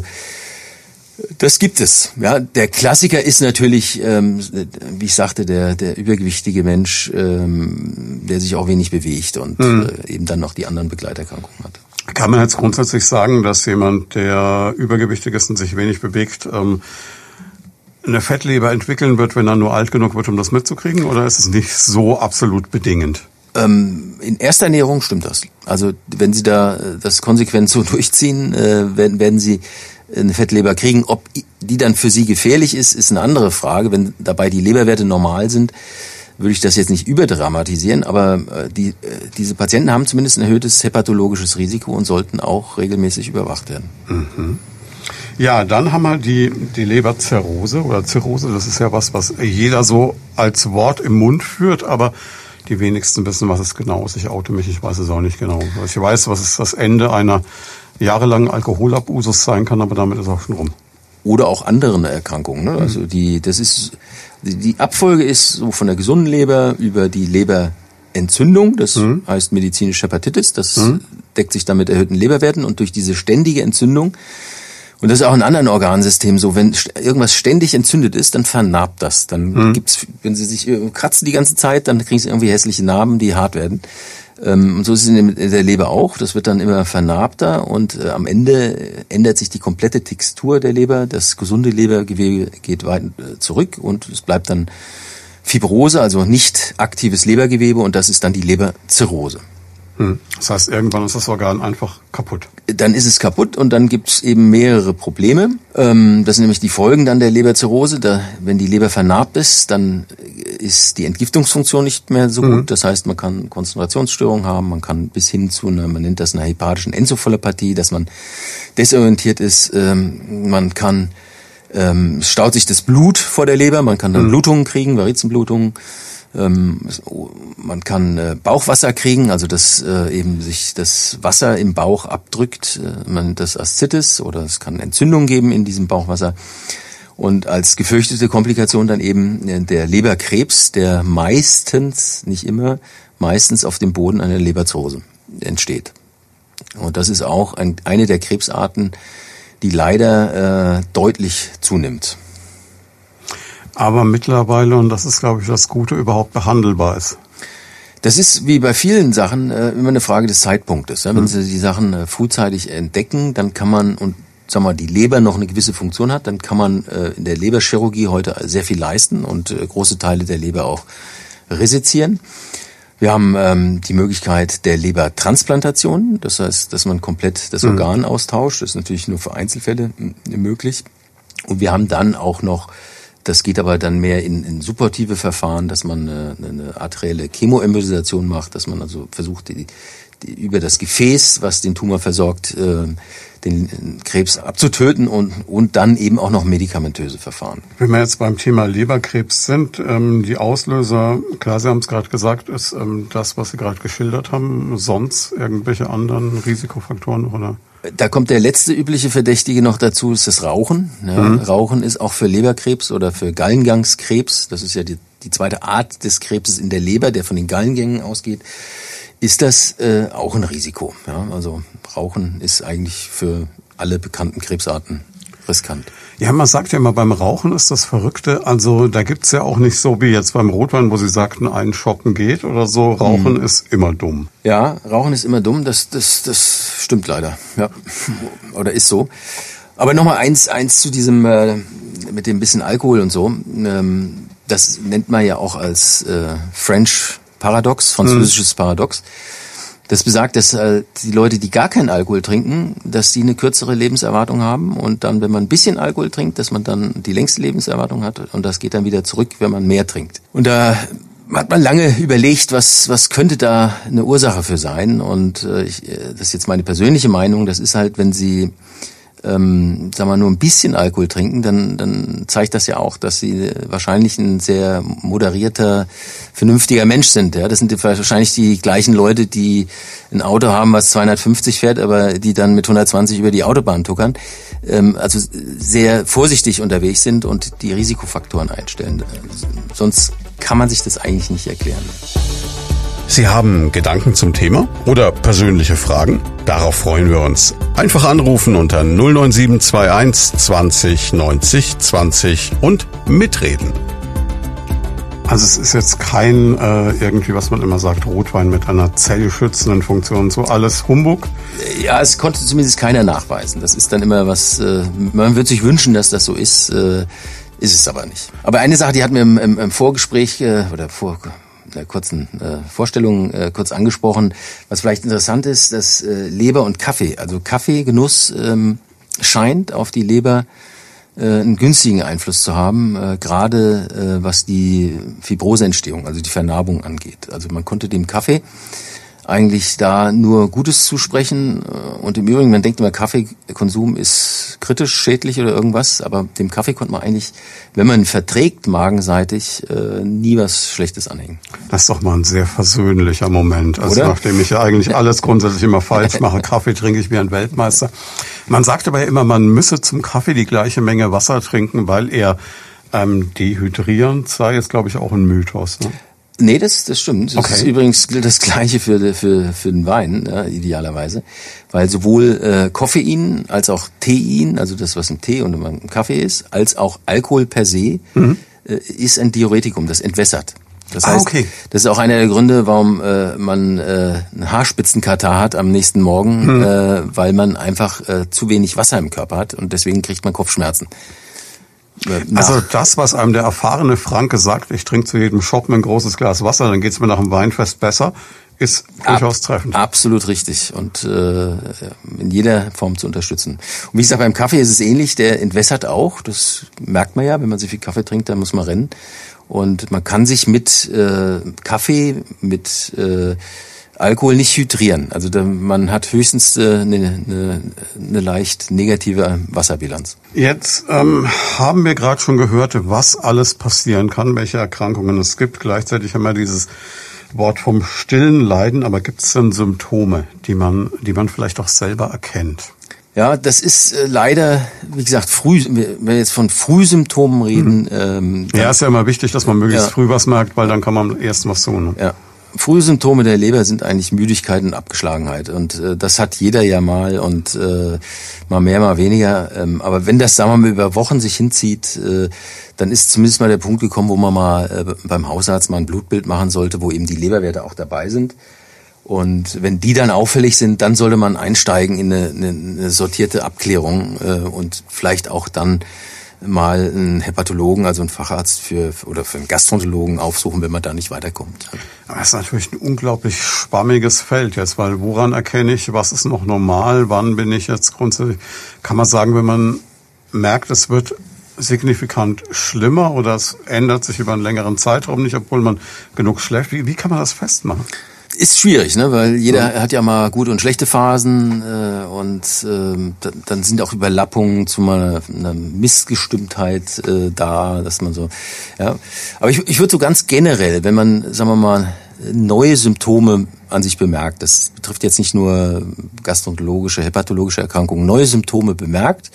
das gibt es. Ja, der Klassiker ist natürlich, ähm, wie ich sagte, der der übergewichtige Mensch, ähm, der sich auch wenig bewegt und mhm. äh, eben dann noch die anderen Begleiterkrankungen hat. Kann man jetzt grundsätzlich sagen, dass jemand, der übergewichtig ist und sich wenig bewegt, ähm, eine Fettleber entwickeln wird, wenn er nur alt genug wird, um das mitzukriegen? Oder ist es nicht so absolut bedingend? Ähm, in erster Ernährung stimmt das. Also wenn Sie da das konsequent so durchziehen, äh, werden, werden Sie eine Fettleber kriegen. Ob die dann für Sie gefährlich ist, ist eine andere Frage. Wenn dabei die Leberwerte normal sind, würde ich das jetzt nicht überdramatisieren, aber die, äh, diese Patienten haben zumindest ein erhöhtes hepatologisches Risiko und sollten auch regelmäßig überwacht werden. Mhm. Ja, dann haben wir die, die Leberzirrhose oder Zirrhose. Das ist ja was, was jeder so als Wort im Mund führt, aber die wenigsten wissen, was es genau ist. Ich oute mich, ich weiß es auch nicht genau. Ich weiß, was es das Ende einer jahrelangen Alkoholabusus sein kann, aber damit ist auch schon rum. Oder auch anderen Erkrankungen. Ne? Also die, das ist, die, die Abfolge ist so von der gesunden Leber über die Leberentzündung, das mhm. heißt medizinische Hepatitis, das mhm. deckt sich dann mit erhöhten Leberwerten, und durch diese ständige Entzündung, und das ist auch in anderen Organsystemen so, wenn irgendwas ständig entzündet ist, dann vernarbt das. Dann mhm. gibt's, wenn Sie sich kratzen die ganze Zeit, dann kriegen Sie irgendwie hässliche Narben, die hart werden. Und so ist es in der Leber auch. Das wird dann immer vernarbter, und äh, am Ende ändert sich die komplette Textur der Leber. Das gesunde Lebergewebe geht weit äh, zurück, und es bleibt dann Fibrose, also nicht aktives Lebergewebe, und das ist dann die Leberzirrhose. Hm. Das heißt, irgendwann ist das Organ einfach kaputt. Dann ist es kaputt, und dann gibt's eben mehrere Probleme. Ähm, das sind nämlich die Folgen dann der Leberzirrhose. Da, wenn die Leber vernarbt ist, dann ist die Entgiftungsfunktion nicht mehr so mhm. gut. Das heißt, man kann Konzentrationsstörungen haben, man kann bis hin zu einer, man nennt das eine hepatischen Enzephalopathie, dass man desorientiert ist. Ähm, man kann, ähm, es staut sich das Blut vor der Leber, man kann dann mhm. Blutungen kriegen, Varizenblutungen. Ähm, man kann äh, Bauchwasser kriegen, also dass äh, eben sich das Wasser im Bauch abdrückt. Äh, man nennt das Aszites, oder es kann Entzündung geben in diesem Bauchwasser. Und als gefürchtete Komplikation dann eben äh, der Leberkrebs, der meistens, nicht immer, meistens auf dem Boden einer Leberzirrhose entsteht. Und das ist auch ein, eine der Krebsarten, die leider äh, deutlich zunimmt. Aber mittlerweile, und das ist, glaube ich, das Gute, überhaupt behandelbar ist. Das ist wie bei vielen Sachen äh, immer eine Frage des Zeitpunktes. Ja? Wenn mhm. Sie die Sachen äh, frühzeitig entdecken, dann kann man, und sagen wir mal, die Leber noch eine gewisse Funktion hat, dann kann man äh, in der Leberchirurgie heute sehr viel leisten und äh, große Teile der Leber auch resezieren. Wir haben ähm, die Möglichkeit der Lebertransplantation, das heißt, dass man komplett das Organ mhm. austauscht. Das ist natürlich nur für Einzelfälle äh, möglich. Und wir haben dann auch noch, das geht aber dann mehr in, in supportive Verfahren, dass man eine, eine arterielle Chemoembolisation macht, dass man also versucht, die, die, über das Gefäß, was den Tumor versorgt, äh, den Krebs abzutöten, und, und dann eben auch noch medikamentöse Verfahren. Wenn wir jetzt beim Thema Leberkrebs sind, ähm, die Auslöser, klar, Sie haben es gerade gesagt, ist ähm, das, was Sie gerade geschildert haben, sonst irgendwelche anderen Risikofaktoren, oder? Da kommt der letzte übliche Verdächtige noch dazu, ist das Rauchen. Ja, mhm. Rauchen ist auch für Leberkrebs oder für Gallengangskrebs, das ist ja die, die zweite Art des Krebses in der Leber, der von den Gallengängen ausgeht, ist das äh, auch ein Risiko. Ja, also Rauchen ist eigentlich für alle bekannten Krebsarten riskant. Ja, man sagt ja immer, beim Rauchen ist das Verrückte, also da gibt's ja auch nicht so wie jetzt beim Rotwein, wo Sie sagten, ein Schoppen geht oder so, Rauchen mhm. ist immer dumm. Ja, Rauchen ist immer dumm, das das das stimmt leider, ja, oder ist so. Aber nochmal eins eins zu diesem, äh, mit dem bisschen Alkohol und so, ähm, das nennt man ja auch als äh, French Paradox, französisches mhm. Paradox. Das besagt, dass äh, die Leute, die gar keinen Alkohol trinken, dass die eine kürzere Lebenserwartung haben, und dann, wenn man ein bisschen Alkohol trinkt, dass man dann die längste Lebenserwartung hat, und das geht dann wieder zurück, wenn man mehr trinkt. Und da hat man lange überlegt, was was könnte da eine Ursache für sein, und äh, ich, das ist jetzt meine persönliche Meinung, das ist halt, wenn Sie ähm, sagen wir nur ein bisschen Alkohol trinken, dann, dann zeigt das ja auch, dass sie wahrscheinlich ein sehr moderierter, vernünftiger Mensch sind. Ja, das sind wahrscheinlich die gleichen Leute, die ein Auto haben, was zweihundertfünfzig fährt, aber die dann mit hundertzwanzig über die Autobahn tuckern. Ähm, also sehr vorsichtig unterwegs sind und die Risikofaktoren einstellen. Sonst kann man sich das eigentlich nicht erklären. Sie haben Gedanken zum Thema oder persönliche Fragen? Darauf freuen wir uns. Einfach anrufen unter null neun sieben zwei eins zwanzig neunzig zwanzig und mitreden. Also es ist jetzt kein, äh, irgendwie, was man immer sagt, Rotwein mit einer zellschützenden Funktion, so alles Humbug? Ja, es konnte zumindest keiner nachweisen. Das ist dann immer was, äh, man würde sich wünschen, dass das so ist, äh, ist es aber nicht. Aber eine Sache, die hat mir im, im, im Vorgespräch, äh, oder vor... der kurzen äh, Vorstellung äh, kurz angesprochen. Was vielleicht interessant ist, dass äh, Leber und Kaffee, also Kaffeegenuss ähm, scheint auf die Leber äh, einen günstigen Einfluss zu haben, äh, gerade äh, was die Fibroseentstehung, also die Vernarbung angeht. Also man konnte dem Kaffee eigentlich da nur Gutes zusprechen. Und im Übrigen, man denkt immer, Kaffeekonsum ist kritisch, schädlich oder irgendwas, aber dem Kaffee konnte man eigentlich, wenn man verträgt, magenseitig, äh, nie was Schlechtes anhängen. Das ist doch mal ein sehr versöhnlicher Moment. Also oder? Nachdem ich ja eigentlich alles grundsätzlich immer falsch mache, Kaffee trinke ich wie ein Weltmeister. Man sagt aber ja immer, man müsse zum Kaffee die gleiche Menge Wasser trinken, weil er ähm, dehydrierend sei. Ist, glaube ich, auch ein Mythos, ne? Nee, das, das stimmt. Das okay. ist übrigens das Gleiche für, für, für den Wein, ja, idealerweise. Weil sowohl äh, Koffein als auch Tein, also das, was im Tee und im Kaffee ist, als auch Alkohol per se, mhm. äh, ist ein Diuretikum, das entwässert. Das heißt, ah, okay. das ist auch einer der Gründe, warum äh, man äh, einen Haarspitzenkatarrh hat am nächsten Morgen, mhm. äh, weil man einfach äh, zu wenig Wasser im Körper hat und deswegen kriegt man Kopfschmerzen. Nach. Also das, was einem der erfahrene Franke sagt, ich trinke zu jedem Shoppen ein großes Glas Wasser, dann geht's mir nach dem Weinfest besser, ist durchaus Ab, treffend. Absolut richtig und äh, in jeder Form zu unterstützen. Und wie gesagt, beim Kaffee ist es ähnlich, der entwässert auch, das merkt man ja, wenn man so viel Kaffee trinkt, dann muss man rennen. Und man kann sich mit äh, Kaffee, mit äh, Alkohol nicht hydrieren. Also da, man hat höchstens eine äh, ne, ne leicht negative Wasserbilanz. Jetzt ähm, haben wir gerade schon gehört, was alles passieren kann, welche Erkrankungen es gibt. Gleichzeitig haben wir dieses Wort vom stillen Leiden. Aber gibt es denn Symptome, die man, die man vielleicht auch selber erkennt? Ja, das ist äh, leider, wie gesagt, früh. Wenn wir jetzt von Frühsymptomen reden. Mhm. Ähm, ja, ist ja immer wichtig, dass man möglichst ja. früh was merkt, weil dann kann man erst was tun. Ne? Ja. Frühsymptome der Leber sind eigentlich Müdigkeit und Abgeschlagenheit und äh, das hat jeder ja mal und äh, mal mehr, mal weniger. Ähm, aber wenn das, sagen wir mal, über Wochen sich hinzieht, äh, dann ist zumindest mal der Punkt gekommen, wo man mal äh, beim Hausarzt mal ein Blutbild machen sollte, wo eben die Leberwerte auch dabei sind. Und wenn die dann auffällig sind, dann sollte man einsteigen in eine, eine, eine sortierte Abklärung äh, und vielleicht auch dann mal einen Hepatologen, also einen Facharzt für oder für einen Gastroenterologen aufsuchen, wenn man da nicht weiterkommt. Aber das ist natürlich ein unglaublich schwammiges Feld jetzt, weil woran erkenne ich, was ist noch normal, wann bin ich jetzt grundsätzlich, kann man sagen, wenn man merkt, es wird signifikant schlimmer oder es ändert sich über einen längeren Zeitraum nicht, obwohl man genug schläft, wie, wie kann man das festmachen? Ist schwierig, ne, weil jeder hat ja mal gute und schlechte Phasen äh, und äh, dann sind auch Überlappungen zu mal einer Missgestimmtheit äh, da, dass man so, ja. Aber ich, ich würde so ganz generell, wenn man, sagen wir mal, neue Symptome an sich bemerkt, das betrifft jetzt nicht nur gastroenterologische, hepatologische Erkrankungen, neue Symptome bemerkt,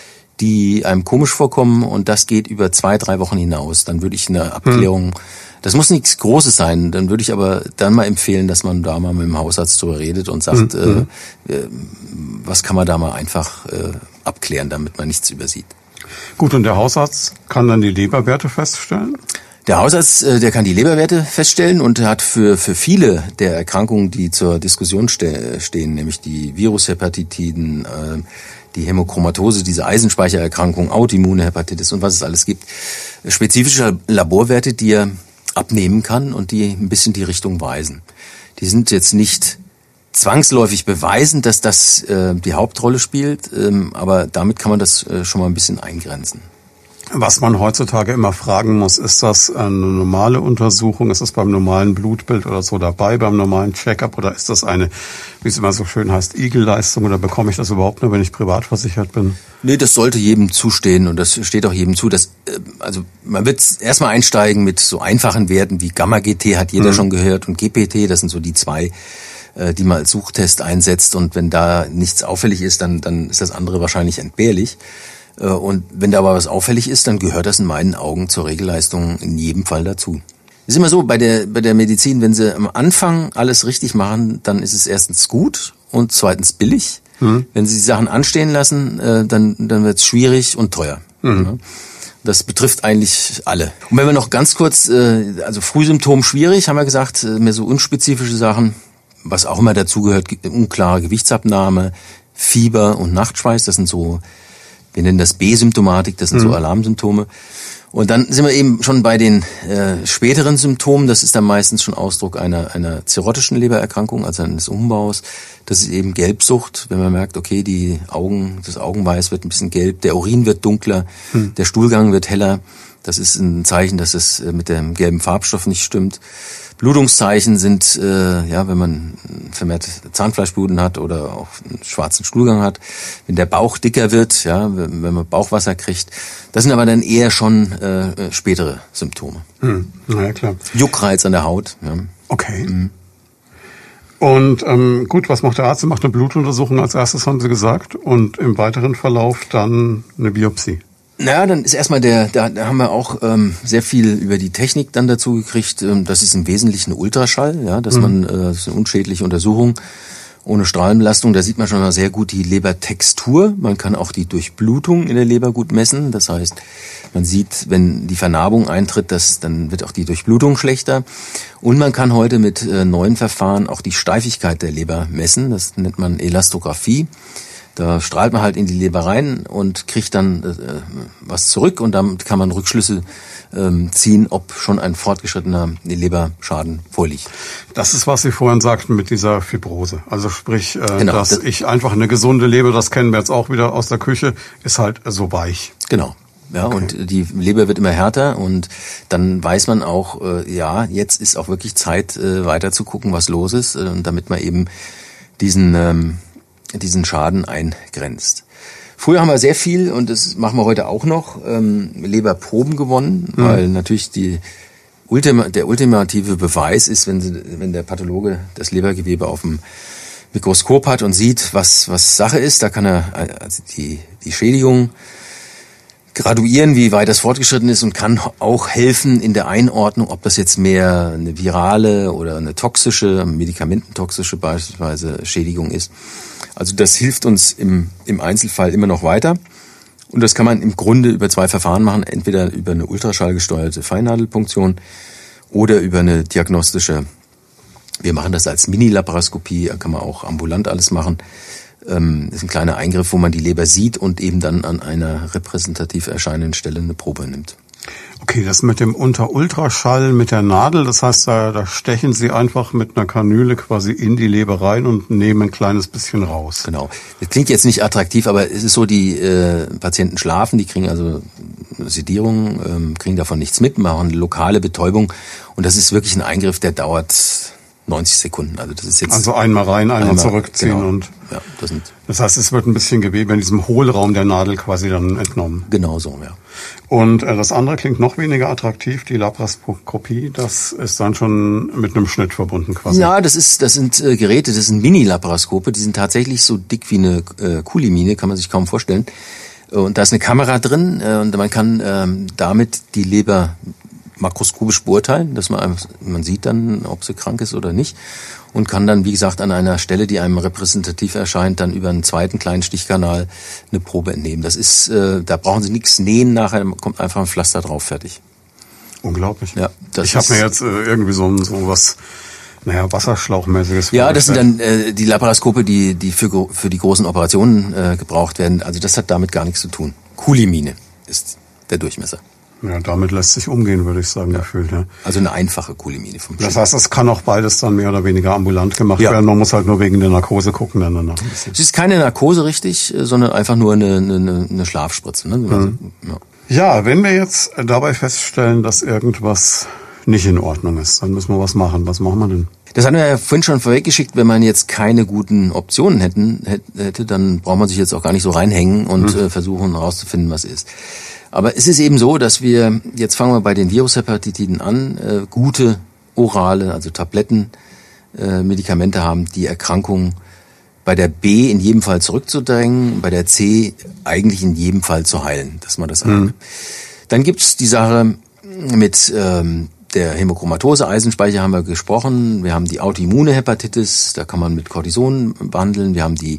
die einem komisch vorkommen und das geht über zwei, drei Wochen hinaus, dann würde ich eine Abklärung, hm. das muss nichts Großes sein, dann würde ich aber dann mal empfehlen, dass man da mal mit dem Hausarzt drüber redet und sagt, hm. äh, äh, was kann man da mal einfach äh, abklären, damit man nichts übersieht. Gut, und der Hausarzt kann dann die Leberwerte feststellen? Der Hausarzt, äh, der kann die Leberwerte feststellen und hat für für viele der Erkrankungen, die zur Diskussion ste- stehen, nämlich die Virushepatitiden, äh, die Hämochromatose, diese Eisenspeichererkrankung, autoimmune Hepatitis und was es alles gibt, spezifische Laborwerte, die er abnehmen kann und die ein bisschen die Richtung weisen. Die sind jetzt nicht zwangsläufig beweisen, dass das äh, die Hauptrolle spielt, ähm, aber damit kann man das äh, schon mal ein bisschen eingrenzen. Was man heutzutage immer fragen muss, ist das eine normale Untersuchung, ist das beim normalen Blutbild oder so dabei, beim normalen Check-up, oder ist das eine, wie es immer so schön heißt, Igelleistung, oder bekomme ich das überhaupt nur, wenn ich privat versichert bin? Nee, das sollte jedem zustehen und das steht auch jedem zu. Dass, also man wird erstmal einsteigen mit so einfachen Werten wie Gamma-G T, hat jeder mhm. schon gehört, und G P T, das sind so die zwei, die man als Suchtest einsetzt, und wenn da nichts auffällig ist, dann, dann ist das andere wahrscheinlich entbehrlich. Und wenn da aber was auffällig ist, dann gehört das in meinen Augen zur Regelleistung in jedem Fall dazu. Es ist immer so, bei der, bei der Medizin, wenn sie am Anfang alles richtig machen, dann ist es erstens gut und zweitens billig. Mhm. Wenn sie die Sachen anstehen lassen, dann, dann wird es schwierig und teuer. Mhm. Das betrifft eigentlich alle. Und wenn wir noch ganz kurz, also Frühsymptom schwierig, haben wir gesagt, mehr so unspezifische Sachen, was auch immer dazugehört, unklare Gewichtsabnahme, Fieber und Nachtschweiß, das sind so, wir nennen das B-Symptomatik, das sind mhm. so Alarmsymptome. Und dann sind wir eben schon bei den äh, späteren Symptomen. Das ist dann meistens schon Ausdruck einer einer zirrhotischen Lebererkrankung, also eines Umbaus. Das ist eben Gelbsucht, wenn man merkt, okay, die Augen, das Augenweiß wird ein bisschen gelb, der Urin wird dunkler, mhm. der Stuhlgang wird heller. Das ist ein Zeichen, dass es mit dem gelben Farbstoff nicht stimmt. Blutungszeichen sind, äh, ja, wenn man vermehrt Zahnfleischbluten hat oder auch einen schwarzen Stuhlgang hat, wenn der Bauch dicker wird, ja, wenn, wenn man Bauchwasser kriegt. Das sind aber dann eher schon äh, spätere Symptome. Hm. Na ja, klar. Juckreiz an der Haut. Ja. Okay. Mhm. Und ähm, gut, was macht der Arzt? Er macht eine Blutuntersuchung als erstes, haben Sie gesagt, und im weiteren Verlauf dann eine Biopsie. Naja, dann ist erstmal der, da, da haben wir auch ähm, sehr viel über die Technik dann dazu gekriegt. Ähm, das ist im Wesentlichen eine Ultraschall, ja, dass mhm. man, äh, das ist eine unschädliche Untersuchung ohne Strahlenbelastung. Da sieht man schon mal sehr gut die Lebertextur. Man kann auch die Durchblutung in der Leber gut messen. Das heißt, man sieht, wenn die Vernarbung eintritt, dass, dann wird auch die Durchblutung schlechter. Und man kann heute mit äh, neuen Verfahren auch die Steifigkeit der Leber messen. Das nennt man Elastographie. Da strahlt man halt in die Leber rein und kriegt dann äh, was zurück, und damit kann man Rückschlüsse ähm, ziehen, ob schon ein fortgeschrittener Leberschaden vorliegt. Das ist, was Sie vorhin sagten mit dieser Fibrose. Also sprich, äh, genau, dass das ich einfach eine gesunde Leber, das kennen wir jetzt auch wieder aus der Küche, ist halt so weich. Genau. Ja, okay. Und die Leber wird immer härter, und dann weiß man auch, äh, ja, jetzt ist auch wirklich Zeit, äh, weiter zu gucken, was los ist, äh, damit man eben diesen ähm, diesen Schaden eingrenzt. Früher haben wir sehr viel, und das machen wir heute auch noch, ähm, Leberproben gewonnen, mhm. weil natürlich die Ultima, der ultimative Beweis ist, wenn, sie, wenn der Pathologe das Lebergewebe auf dem Mikroskop hat und sieht, was, was Sache ist, da kann er also die, die Schädigung graduieren, wie weit das fortgeschritten ist, und kann auch helfen in der Einordnung, ob das jetzt mehr eine virale oder eine toxische, medikamententoxische beispielsweise Schädigung ist. Also das hilft uns im, im Einzelfall immer noch weiter. Und das kann man im Grunde über zwei Verfahren machen, entweder über eine ultraschallgesteuerte Feinnadelpunktion oder über eine diagnostische, wir machen das als Mini-Laparoskopie, da kann man auch ambulant alles machen. Das ist ein kleiner Eingriff, wo man die Leber sieht und eben dann an einer repräsentativ erscheinenden Stelle eine Probe nimmt. Okay, das mit dem Unterultraschall mit der Nadel, das heißt, da, da stechen Sie einfach mit einer Kanüle quasi in die Leber rein und nehmen ein kleines bisschen raus. Genau. Das klingt jetzt nicht attraktiv, aber es ist so, die äh, Patienten schlafen, die kriegen also Sedierung, ähm, kriegen davon nichts mit, machen lokale Betäubung, und das ist wirklich ein Eingriff, der dauert neunzig Sekunden. Also das ist jetzt also einmal rein, einmal, einmal zurückziehen, genau. Und ja, das, sind das heißt, es wird ein bisschen Gewebe in diesem Hohlraum der Nadel quasi dann entnommen. Genau so, ja. Und äh, das andere klingt noch weniger attraktiv, die Laparoskopie, das ist dann schon mit einem Schnitt verbunden quasi. Ja, das ist, das sind äh, Geräte, das sind Mini-Laparoskope, die sind tatsächlich so dick wie eine äh, Kuhlimine, kann man sich kaum vorstellen. Und da ist eine Kamera drin, äh, und man kann ähm, damit die Leber makroskopisch beurteilen, dass man man sieht dann, ob sie krank ist oder nicht, und kann dann, wie gesagt, an einer Stelle, die einem repräsentativ erscheint, dann über einen zweiten kleinen Stichkanal eine Probe entnehmen. Das ist, äh, da brauchen Sie nichts nähen, nachher kommt einfach ein Pflaster drauf, fertig. Unglaublich. Ja, das ich habe mir jetzt äh, irgendwie so, so was, naja, Wasserschlauchmäßiges. Ja, das sind dann äh, die Laparoskope, die die für für die großen Operationen äh, gebraucht werden. Also das hat damit gar nichts zu tun. Kuhlimine ist der Durchmesser. Ja, damit lässt sich umgehen, würde ich sagen, ja. Gefühlt. Ja. Also eine einfache Kuhlimine vom Schiff. Das heißt, es kann auch beides dann mehr oder weniger ambulant gemacht ja. werden. Man muss halt nur wegen der Narkose gucken dann danach ein bisschen. Es ist keine Narkose richtig, sondern einfach nur eine, eine, eine Schlafspritze. Ne? Mhm. Ja. Ja, wenn wir jetzt dabei feststellen, dass irgendwas nicht in Ordnung ist, dann müssen wir was machen. Was machen wir denn? Das hatten wir ja vorhin schon vorweggeschickt. Wenn man jetzt keine guten Optionen hätten, hätte, dann braucht man sich jetzt auch gar nicht so reinhängen und mhm. versuchen herauszufinden, was ist. Aber es ist eben so, dass wir, jetzt fangen wir bei den Virushepatitiden an, äh, gute orale, also Tabletten, äh, Medikamente haben, die Erkrankung bei der B in jedem Fall zurückzudrängen, bei der C eigentlich in jedem Fall zu heilen, dass man das mhm. Dann gibt's die Sache mit ähm, der Hämochromatose, Eisenspeicher haben wir gesprochen. Wir haben die autoimmune Hepatitis, da kann man mit Cortison behandeln. Wir haben die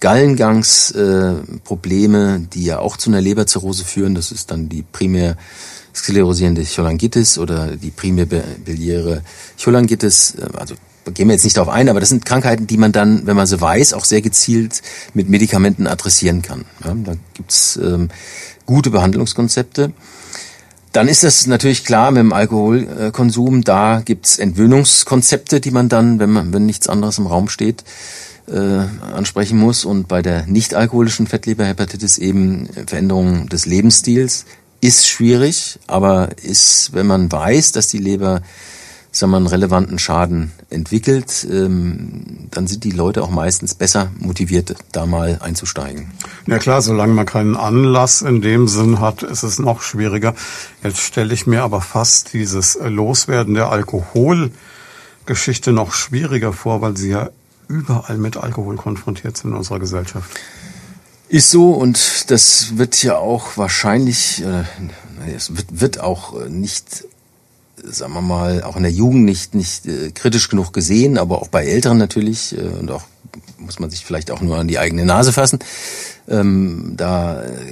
Gallengangsprobleme, äh, die ja auch zu einer Leberzirrhose führen. Das ist dann die primär sklerosierende Cholangitis oder die primär biliäre Cholangitis. Also gehen wir jetzt nicht darauf ein, aber das sind Krankheiten, die man dann, wenn man sie weiß, auch sehr gezielt mit Medikamenten adressieren kann. Ja, da gibt's ähm, gute Behandlungskonzepte. Dann ist das natürlich klar mit dem Alkoholkonsum. Da gibt's Entwöhnungskonzepte, die man dann, wenn man, wenn nichts anderes im Raum steht, äh, ansprechen muss. Und bei der nicht-alkoholischen Fettleberhepatitis eben Veränderungen des Lebensstils ist schwierig, aber ist, wenn man weiß, dass die Leber, sagen wir, einen relevanten Schaden entwickelt, ähm, dann sind die Leute auch meistens besser motiviert, da mal einzusteigen. Ja klar, solange man keinen Anlass in dem Sinn hat, ist es noch schwieriger. Jetzt stelle ich mir aber fast dieses Loswerden der Alkoholgeschichte noch schwieriger vor, weil sie ja überall mit Alkohol konfrontiert sind in unserer Gesellschaft. Ist so, und das wird ja auch wahrscheinlich, äh, es wird, wird auch nicht, sagen wir mal, auch in der Jugend nicht nicht äh, kritisch genug gesehen, aber auch bei Älteren natürlich, äh, und auch muss man sich vielleicht auch nur an die eigene Nase fassen. Ähm, da äh,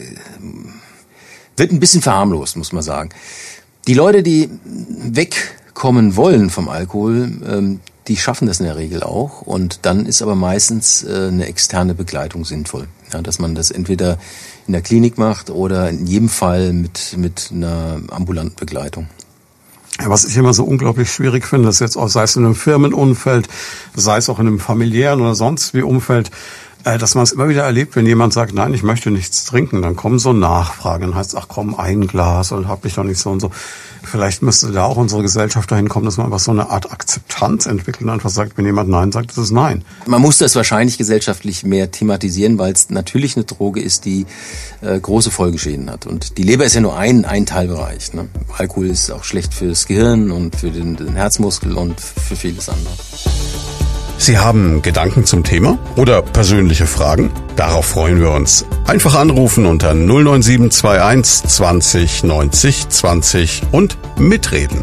wird ein bisschen verharmlost, muss man sagen. Die Leute, die wegkommen wollen vom Alkohol, ähm, die schaffen das in der Regel auch, und dann ist aber meistens äh, eine externe Begleitung sinnvoll. Ja, dass man das entweder in der Klinik macht oder in jedem Fall mit mit einer ambulanten Begleitung. Was ich immer so unglaublich schwierig finde, ist jetzt auch, sei es in einem Firmenumfeld, sei es auch in einem familiären oder sonst wie Umfeld, dass man es immer wieder erlebt, wenn jemand sagt, nein, ich möchte nichts trinken, dann kommen so Nachfragen, dann heißt es, ach komm, ein Glas, und hab ich doch nicht so und so. Vielleicht müsste da auch unsere Gesellschaft dahin kommen, dass man einfach so eine Art Akzeptanz entwickelt und einfach sagt, wenn jemand Nein sagt, ist es Nein. Man muss das wahrscheinlich gesellschaftlich mehr thematisieren, weil es natürlich eine Droge ist, die äh, große Folgeschäden hat. Und die Leber ist ja nur ein, ein Teilbereich. Ne? Alkohol ist auch schlecht fürs Gehirn und für den, den Herzmuskel und für vieles andere. Sie haben Gedanken zum Thema oder persönliche Fragen? Darauf freuen wir uns. Einfach anrufen unter null neun sieben zwei eins zwanzig neunzig zwanzig und mitreden.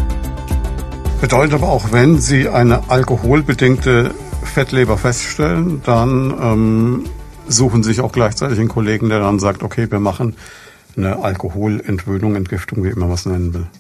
Bedeutet aber auch, wenn Sie eine alkoholbedingte Fettleber feststellen, dann ähm, suchen Sie sich auch gleichzeitig einen Kollegen, der dann sagt, okay, wir machen eine Alkoholentwöhnung, Entgiftung, wie immer man es nennen will.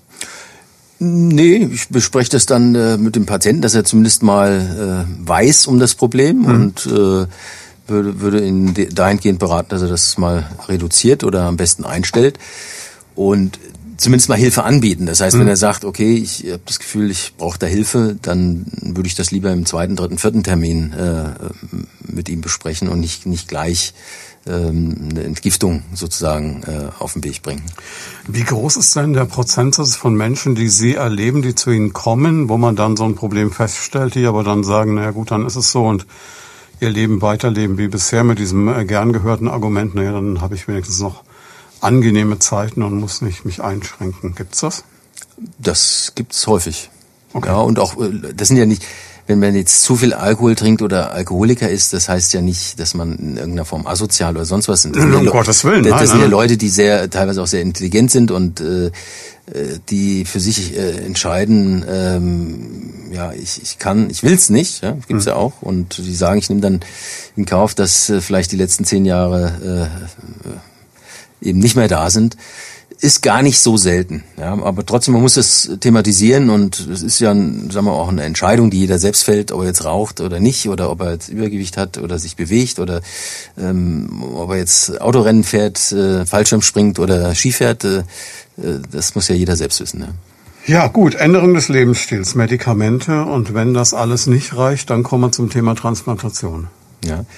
Nee, ich bespreche das dann äh, mit dem Patienten, dass er zumindest mal äh, weiß um das Problem, mhm. und äh, würde, würde ihn dahingehend beraten, dass er das mal reduziert oder am besten einstellt und zumindest mal Hilfe anbieten. Das heißt, mhm. wenn er sagt, okay, ich habe das Gefühl, ich brauche da Hilfe, dann würde ich das lieber im zweiten, dritten, vierten Termin äh, mit ihm besprechen und nicht nicht gleich eine Entgiftung sozusagen äh, auf den Weg bringen. Wie groß ist denn der Prozentsatz von Menschen, die Sie erleben, die zu Ihnen kommen, wo man dann so ein Problem feststellt, die aber dann sagen, naja gut, dann ist es so, und ihr Leben weiterleben wie bisher mit diesem äh, gern gehörten Argument, naja, dann habe ich wenigstens noch angenehme Zeiten und muss nicht mich einschränken. Gibt's das? Das gibt's häufig. Okay. Ja, und auch, das sind ja nicht, wenn man jetzt zu viel Alkohol trinkt oder Alkoholiker ist, das heißt ja nicht, dass man in irgendeiner Form asozial oder sonst was sind. Das um sind ja Gottes Willen, das, nein, das sind ja nein. Leute, die sehr, teilweise auch sehr intelligent sind und äh, die für sich äh, entscheiden, ähm, ja, ich, ich kann, ich will's nicht, ja, gibt's mhm. ja auch, und die sagen, ich nehme dann in Kauf, dass äh, vielleicht die letzten zehn Jahre äh, eben nicht mehr da sind. Ist gar nicht so selten, ja, aber trotzdem, man muss das thematisieren, und es ist ja, sagen wir, auch eine Entscheidung, die jeder selbst fällt, ob er jetzt raucht oder nicht, oder ob er jetzt Übergewicht hat oder sich bewegt, oder ähm, ob er jetzt Autorennen fährt, äh, Fallschirm springt oder Ski fährt, äh, das muss ja jeder selbst wissen. Ja. Ja gut, Änderung des Lebensstils, Medikamente, und wenn das alles nicht reicht, dann kommen wir zum Thema Transplantation. Ja.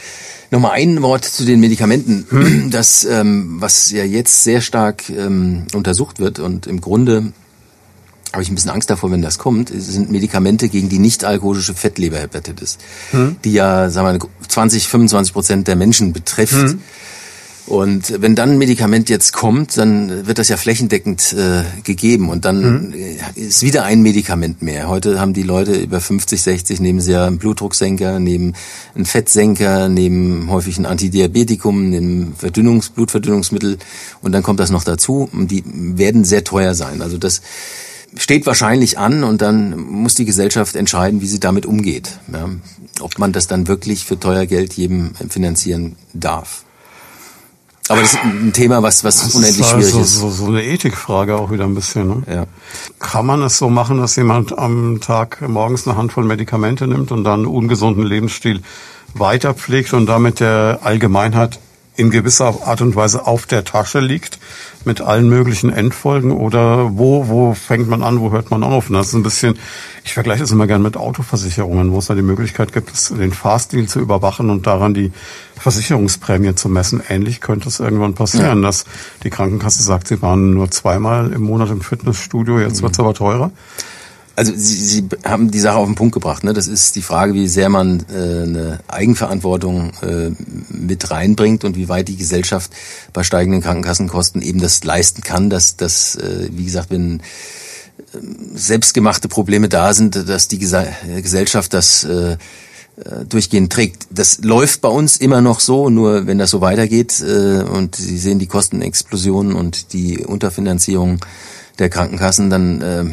Nochmal ein Wort zu den Medikamenten, hm. das, ähm, was ja jetzt sehr stark ähm, untersucht wird und im Grunde habe ich ein bisschen Angst davor, wenn das kommt, sind Medikamente gegen die nicht-alkoholische Fettleberhepatitis, hm. die ja, sagen wir, zwanzig, fünfundzwanzig Prozent der Menschen betrifft. Hm. Und wenn dann ein Medikament jetzt kommt, dann wird das ja flächendeckend äh, gegeben und dann mhm. ist wieder ein Medikament mehr. Heute haben die Leute über fünfzig, sechzig, nehmen sie ja einen Blutdrucksenker, nehmen einen Fettsenker, nehmen häufig ein Antidiabetikum, nehmen Verdünnungs-, Blutverdünnungsmittel und dann kommt das noch dazu und die werden sehr teuer sein. Also das steht wahrscheinlich an und dann muss die Gesellschaft entscheiden, wie sie damit umgeht. Ja, ob man das dann wirklich für teuer Geld jedem finanzieren darf. Aber das ist ein Thema, was, was das unendlich ist also schwierig ist. So, so eine Ethikfrage auch wieder ein bisschen. Ne? Ja. Kann man es so machen, dass jemand am Tag morgens eine Handvoll Medikamente nimmt und dann einen ungesunden Lebensstil weiterpflegt und damit der Allgemeinheit in gewisser Art und Weise auf der Tasche liegt mit allen möglichen Endfolgen? Oder wo wo fängt man an, wo hört man auf? Und das ist ein bisschen, ich vergleiche das immer gerne mit Autoversicherungen, wo es da die Möglichkeit gibt, den Fahrstil zu überwachen und daran die Versicherungsprämie zu messen. Ähnlich könnte es irgendwann passieren, ja. dass die Krankenkasse sagt, sie waren nur zweimal im Monat im Fitnessstudio, jetzt mhm. wird es aber teurer. Also Sie, Sie haben die Sache auf den Punkt gebracht. Ne? Das ist die Frage, wie sehr man äh, eine Eigenverantwortung äh, mit reinbringt und wie weit die Gesellschaft bei steigenden Krankenkassenkosten eben das leisten kann, dass, dass äh, wie gesagt, wenn äh, selbstgemachte Probleme da sind, dass die Gesa- Gesellschaft das äh, durchgehend trägt. Das läuft bei uns immer noch so, nur wenn das so weitergeht äh, und Sie sehen die Kostenexplosionen und die Unterfinanzierung der Krankenkassen, dann äh,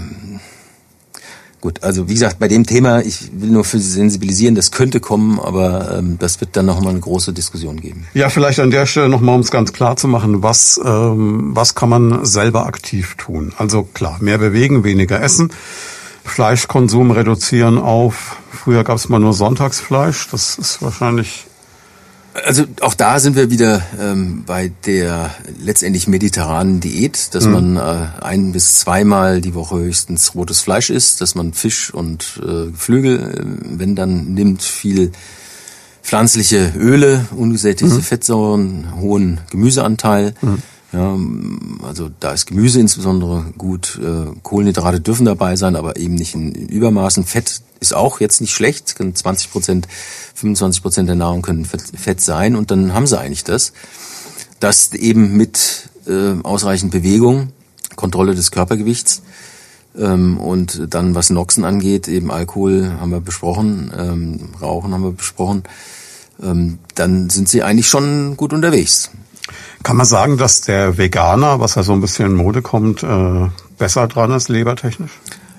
gut, also wie gesagt, bei dem Thema, ich will nur für Sie sensibilisieren, das könnte kommen, aber ähm, das wird dann nochmal eine große Diskussion geben. Ja, vielleicht an der Stelle nochmal, um es ganz klar zu machen, was ähm, was kann man selber aktiv tun? Also klar, mehr bewegen, weniger essen, Fleischkonsum reduzieren auf, früher gab es mal nur Sonntagsfleisch, das ist wahrscheinlich... Also auch da sind wir wieder ähm, bei der letztendlich mediterranen Diät, dass mhm. man äh, ein- bis zweimal die Woche höchstens rotes Fleisch isst, dass man Fisch und äh, Geflügel, äh, wenn dann nimmt, viel pflanzliche Öle, ungesättigte mhm. Fettsäuren, hohen Gemüseanteil. Mhm. Ja, also da ist Gemüse insbesondere gut. Äh, Kohlenhydrate dürfen dabei sein, aber eben nicht in, in Übermaßen. Fett ist auch jetzt nicht schlecht. zwanzig Prozent, fünfundzwanzig Prozent der Nahrung können Fett, Fett sein. Und dann haben sie eigentlich das. Das eben mit äh, ausreichend Bewegung, Kontrolle des Körpergewichts ähm, und dann was Noxen angeht, eben Alkohol haben wir besprochen, ähm, Rauchen haben wir besprochen. Ähm, dann sind sie eigentlich schon gut unterwegs. Kann man sagen, dass der Veganer, was ja so ein bisschen in Mode kommt, äh, besser dran ist, lebertechnisch?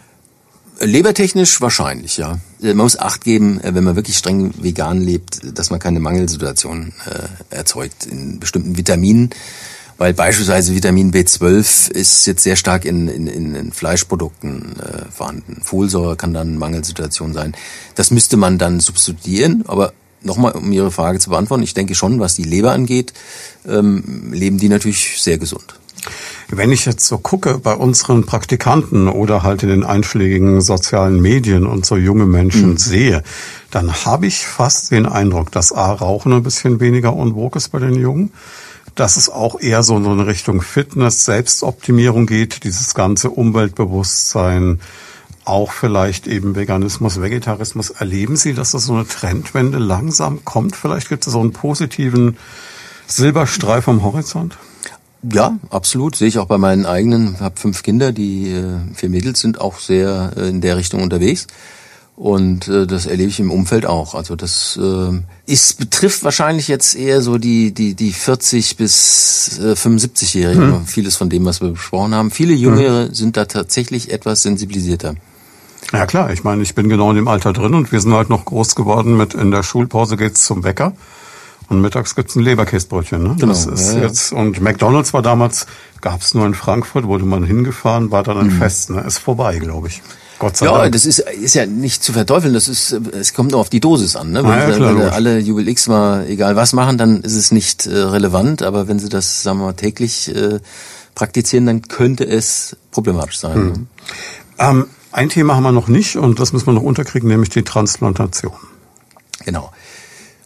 Lebertechnisch wahrscheinlich, ja. Man muss Acht geben, wenn man wirklich streng vegan lebt, dass man keine Mangelsituation äh, erzeugt in bestimmten Vitaminen. Weil beispielsweise Vitamin B zwölf ist jetzt sehr stark in, in, in Fleischprodukten äh, vorhanden. Folsäure kann dann eine Mangelsituation sein. Das müsste man dann substituieren, aber nochmal, um Ihre Frage zu beantworten, ich denke schon, was die Leber angeht, ähm, leben die natürlich sehr gesund. Wenn ich jetzt so gucke bei unseren Praktikanten oder halt in den einschlägigen sozialen Medien und so junge Menschen mhm. sehe, dann habe ich fast den Eindruck, dass A, Rauchen ein bisschen weniger en vogue ist bei den Jungen, dass es auch eher so in so eine Richtung Fitness, Selbstoptimierung geht, dieses ganze Umweltbewusstsein, auch vielleicht eben Veganismus, Vegetarismus. Erleben Sie, dass das so eine Trendwende langsam kommt? Vielleicht gibt es so einen positiven Silberstreif am Horizont? Ja, absolut. Sehe ich auch bei meinen eigenen. Ich habe fünf Kinder, die äh, vier Mädels sind auch sehr äh, in der Richtung unterwegs. Und äh, das erlebe ich im Umfeld auch. Also das äh, ist, betrifft wahrscheinlich jetzt eher so die die die vierzig bis äh, fünfundsiebzig-Jährigen. Hm. Vieles von dem, was wir besprochen haben. Viele Jüngere hm. sind da tatsächlich etwas sensibilisierter. Ja klar, ich meine, ich bin genau in dem Alter drin und wir sind halt noch groß geworden mit in der Schulpause geht's zum Bäcker und mittags gibt's ein Leberkäsbrötchen. Ne? Genau, das ist ja, jetzt und McDonald's war damals, gab's nur in Frankfurt, wurde man hingefahren, war dann ein mhm. Fest. Ne? Ist vorbei, glaube ich. Gott sei ja, Dank. das ist ist ja nicht zu verteufeln. Das ist, es kommt nur auf die Dosis an. Ne? Wenn, ah, ja, klar, wenn alle Jubel X mal egal was machen, dann ist es nicht äh, relevant. Aber wenn sie das, sagen wir mal, täglich äh, praktizieren, dann könnte es problematisch sein. Hm. Ne? Ähm, ein Thema haben wir noch nicht und das müssen wir noch unterkriegen, nämlich die Transplantation. Genau.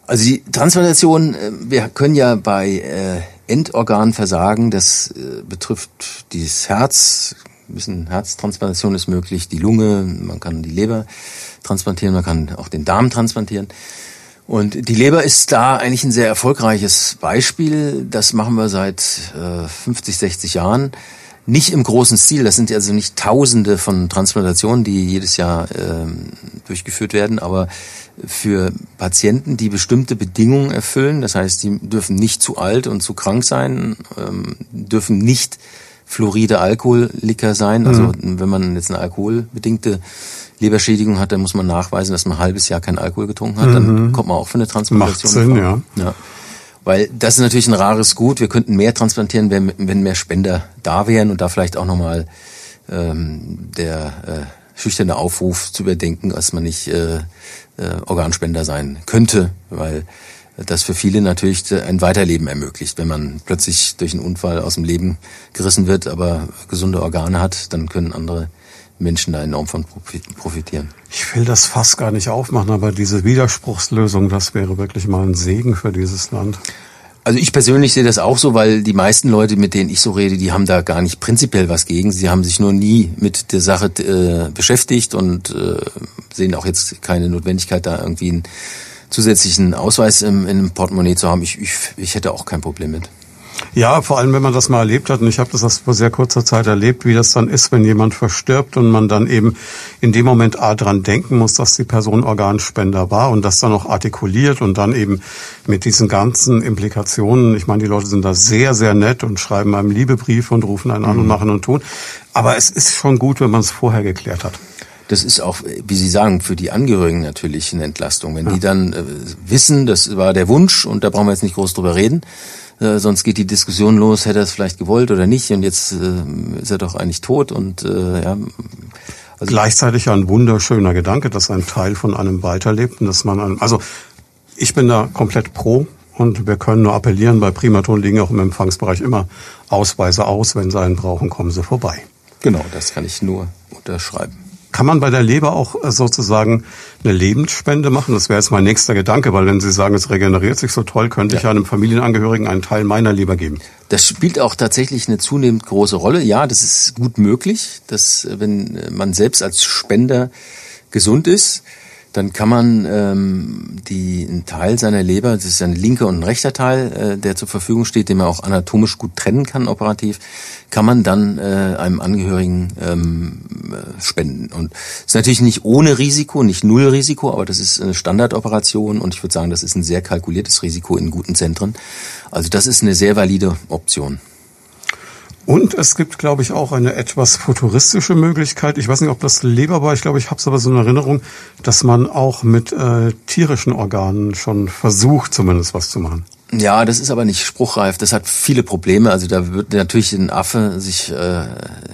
Also die Transplantation, wir können ja bei äh, Endorganversagen, das äh, betrifft das Herz, ein bisschen Herztransplantation ist möglich, die Lunge, man kann die Leber transplantieren, man kann auch den Darm transplantieren. Und die Leber ist da eigentlich ein sehr erfolgreiches Beispiel. Das machen wir seit äh, fünfzig, sechzig Jahren. Nicht im großen Stil, das sind also nicht Tausende von Transplantationen, die jedes Jahr ähm, durchgeführt werden, aber für Patienten, die bestimmte Bedingungen erfüllen, das heißt, die dürfen nicht zu alt und zu krank sein, ähm, dürfen nicht fluoride Alkoholiker sein. Also mhm. wenn man jetzt eine alkoholbedingte Leberschädigung hat, dann muss man nachweisen, dass man ein halbes Jahr keinen Alkohol getrunken hat. Dann mhm. kommt man auch für eine Transplantation. Macht Sinn, ja. ja. Weil das ist natürlich ein rares Gut. Wir könnten mehr transplantieren, wenn, wenn mehr Spender da wären und da vielleicht auch nochmal ähm, der äh, schüchterne Aufruf zu überdenken, dass man nicht äh, äh, Organspender sein könnte, weil das für viele natürlich ein Weiterleben ermöglicht. Wenn man plötzlich durch einen Unfall aus dem Leben gerissen wird, aber gesunde Organe hat, dann können andere Menschen da enorm von profitieren. Ich will das fast gar nicht aufmachen, aber diese Widerspruchslösung, das wäre wirklich mal ein Segen für dieses Land. Also ich persönlich sehe das auch so, weil die meisten Leute, mit denen ich so rede, die haben da gar nicht prinzipiell was gegen. Sie haben sich nur nie mit der Sache äh, beschäftigt und äh, sehen auch jetzt keine Notwendigkeit, da irgendwie einen zusätzlichen Ausweis im, in einem Portemonnaie zu haben. Ich, ich, ich hätte auch kein Problem mit. Ja, vor allem, wenn man das mal erlebt hat, und ich habe das vor sehr kurzer Zeit erlebt, wie das dann ist, wenn jemand verstirbt und man dann eben in dem Moment A dran denken muss, dass die Person Organspender war und das dann auch artikuliert und dann eben mit diesen ganzen Implikationen, ich meine, die Leute sind da sehr, sehr nett und schreiben einem Liebebriefe und rufen einen an und machen und tun, aber es ist schon gut, wenn man es vorher geklärt hat. Das ist auch, wie Sie sagen, für die Angehörigen natürlich eine Entlastung. Wenn ja. die dann äh, wissen, das war der Wunsch und da brauchen wir jetzt nicht groß drüber reden, äh, sonst geht die Diskussion los, hätte er es vielleicht gewollt oder nicht und jetzt äh, ist er doch eigentlich tot und äh, ja. Also gleichzeitig ein wunderschöner Gedanke, dass ein Teil von einem weiterlebt und dass man einem, also ich bin da komplett pro und wir können nur appellieren, bei Primaton liegen auch im Empfangsbereich immer Ausweise aus, wenn sie einen brauchen, kommen sie vorbei. Genau, das kann ich nur unterschreiben. Kann man bei der Leber auch sozusagen eine Lebensspende machen? Das wäre jetzt mein nächster Gedanke, weil wenn Sie sagen, es regeneriert sich so toll, könnte ja. ich einem Familienangehörigen einen Teil meiner Leber geben. Das spielt auch tatsächlich eine zunehmend große Rolle. Ja, das ist gut möglich, dass wenn man selbst als Spender gesund ist, dann kann man ähm, die einen Teil seiner Leber, das ist ein linker und ein rechter Teil, äh, der zur Verfügung steht, den man auch anatomisch gut trennen kann, operativ, kann man dann äh, einem Angehörigen ähm, äh, spenden. Und es ist natürlich nicht ohne Risiko, nicht null Risiko, aber das ist eine Standardoperation und ich würde sagen, das ist ein sehr kalkuliertes Risiko in guten Zentren. Also das ist eine sehr valide Option. Und es gibt, glaube ich, auch eine etwas futuristische Möglichkeit. Ich weiß nicht, ob das Leber war. Ich glaube, ich habe es aber so in Erinnerung, dass man auch mit äh, tierischen Organen schon versucht, zumindest was zu machen. Ja, das ist aber nicht spruchreif. Das hat viele Probleme. Also da wird natürlich ein Affe sich äh,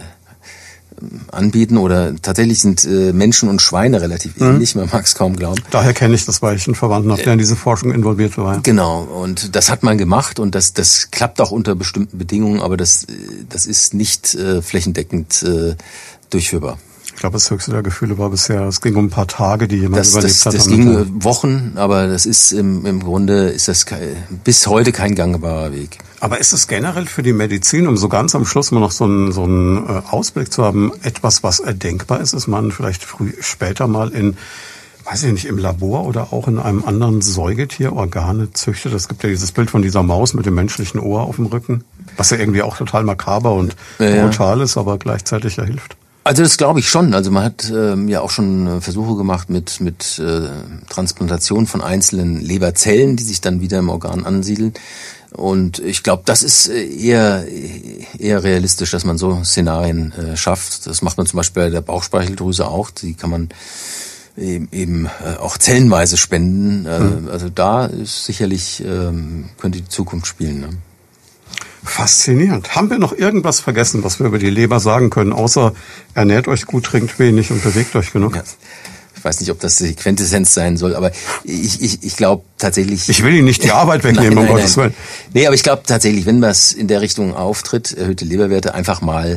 anbieten oder tatsächlich sind äh, Menschen und Schweine relativ mhm. ähnlich, man mag es kaum glauben. Daher kenne ich das, weil ich einen Verwandten habe, der in diese Forschung involviert war. Genau, und das hat man gemacht und das das klappt auch unter bestimmten Bedingungen, aber das das ist nicht äh, flächendeckend äh, durchführbar. Ich glaube, das höchste der Gefühle war bisher, es ging um ein paar Tage, die jemand das, überlebt das, hat. Das ging Wochen, aber das ist im, im Grunde ist das kein, bis heute kein gangbarer Weg. Aber ist es generell für die Medizin, um so ganz am Schluss mal noch so einen, so einen Ausblick zu haben, etwas, was erdenkbar ist, dass man vielleicht früh, später mal in, weiß ich nicht, im Labor oder auch in einem anderen Säugetier Organe züchtet? Es gibt ja dieses Bild von dieser Maus mit dem menschlichen Ohr auf dem Rücken, was ja irgendwie auch total makaber und ja, brutal ist, aber gleichzeitig ja hilft. Also das glaube ich schon. Also man hat ähm, ja auch schon Versuche gemacht mit mit äh, Transplantation von einzelnen Leberzellen, die sich dann wieder im Organ ansiedeln. Und ich glaube, das ist eher eher realistisch, dass man so Szenarien äh, schafft. Das macht man zum Beispiel bei der Bauchspeicheldrüse auch. Die kann man eben, eben äh, auch zellenweise spenden. Äh, mhm. Also da ist sicherlich ähm, könnte die Zukunft spielen. Ne? Faszinierend. Haben wir noch irgendwas vergessen, was wir über die Leber sagen können, außer ernährt euch gut, trinkt wenig und bewegt euch genug? Ja. Ich weiß nicht, ob das die Quintessenz sein soll, aber ich, ich, ich glaube tatsächlich... Ich will Ihnen nicht die Arbeit wegnehmen, nein, nein, um Gottes Willen. Nee, aber ich glaube tatsächlich, wenn was in der Richtung auftritt, erhöhte Leberwerte, einfach mal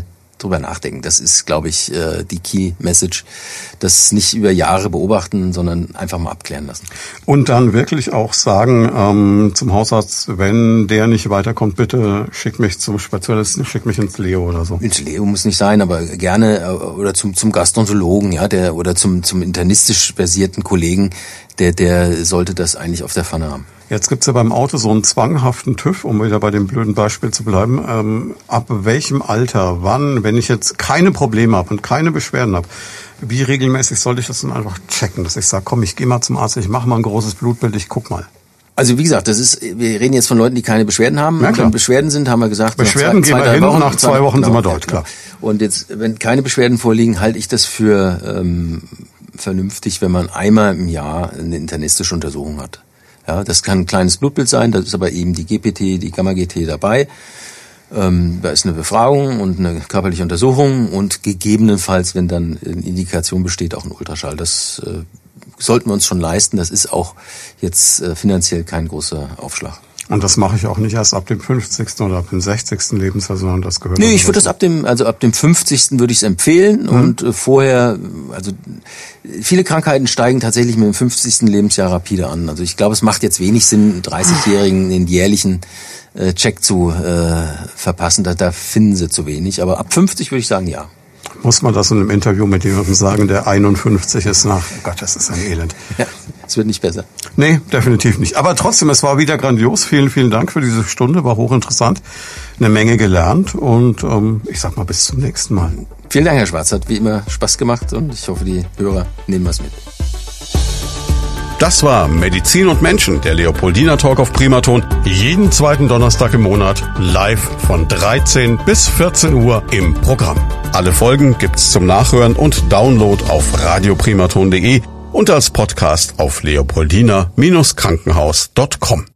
drüber nachdenken. Das ist, glaube ich, die Key Message. Das nicht über Jahre beobachten, sondern einfach mal abklären lassen. Und dann wirklich auch sagen ähm, zum Hausarzt, wenn der nicht weiterkommt, bitte schick mich zum Spezialisten, schick mich ins Leo oder so. Ins Leo muss nicht sein, aber gerne oder zum zum Gastroenterologen, ja, der oder zum zum internistisch versierten Kollegen, der der sollte das eigentlich auf der Pfanne haben. Jetzt gibt's ja beim Auto so einen zwanghaften TÜV, um wieder bei dem blöden Beispiel zu bleiben. Ähm, ab welchem Alter, wann, wenn ich jetzt keine Probleme habe und keine Beschwerden habe, wie regelmäßig sollte ich das dann einfach checken, dass ich sage, komm, ich gehe mal zum Arzt, ich mache mal ein großes Blutbild, ich guck mal. Also wie gesagt, das ist, wir reden jetzt von Leuten, die keine Beschwerden haben. Ja, wenn Beschwerden sind, haben wir gesagt, Beschwerden nach zwei, gehen zwei, wir hin, Wochen, nach zwei, zwei Wochen genau, sind wir dort, klar. Und jetzt, wenn keine Beschwerden vorliegen, halte ich das für ähm, vernünftig, wenn man einmal im Jahr eine internistische Untersuchung hat. Ja, das kann ein kleines Blutbild sein, da ist aber eben die G P T, die Gamma-G T dabei. Ähm, da ist eine Befragung und eine körperliche Untersuchung und gegebenenfalls, wenn dann eine Indikation besteht, auch ein Ultraschall. Das äh, sollten wir uns schon leisten. Das ist auch jetzt äh, finanziell kein großer Aufschlag. Und das mache ich auch nicht erst ab dem fünfzigsten oder ab dem sechzigsten Lebensjahr, sondern das gehört. Nee, ich würde das ab dem, also ab dem fünfzigsten würde ich es empfehlen. Mhm. Und äh, vorher, also viele Krankheiten steigen tatsächlich mit dem fünfzigsten Lebensjahr rapide an. Also ich glaube, es macht jetzt wenig Sinn, einen dreißigjährigen den jährlichen äh, Check zu äh, verpassen. Da, da finden sie zu wenig. Aber ab fünfzig würde ich sagen, ja. Muss man das in einem Interview mit jemandem sagen, der einundfünfzig ist nach, oh Gott, das ist ein Elend. Ja, es wird nicht besser. Nee, definitiv nicht. Aber trotzdem, es war wieder grandios. Vielen, vielen Dank für diese Stunde, war hochinteressant. Eine Menge gelernt und ähm, ich sag mal, bis zum nächsten Mal. Vielen Dank, Herr Schwarz. Hat wie immer Spaß gemacht und ich hoffe, die Hörer nehmen was mit. Das war Medizin und Menschen, der Leopoldina Talk auf Primaton. Jeden zweiten Donnerstag im Monat live von dreizehn bis vierzehn Uhr im Programm. Alle Folgen gibt's zum Nachhören und Download auf radioprimaton punkt de und als Podcast auf leopoldina Bindestrich krankenhaus punkt com.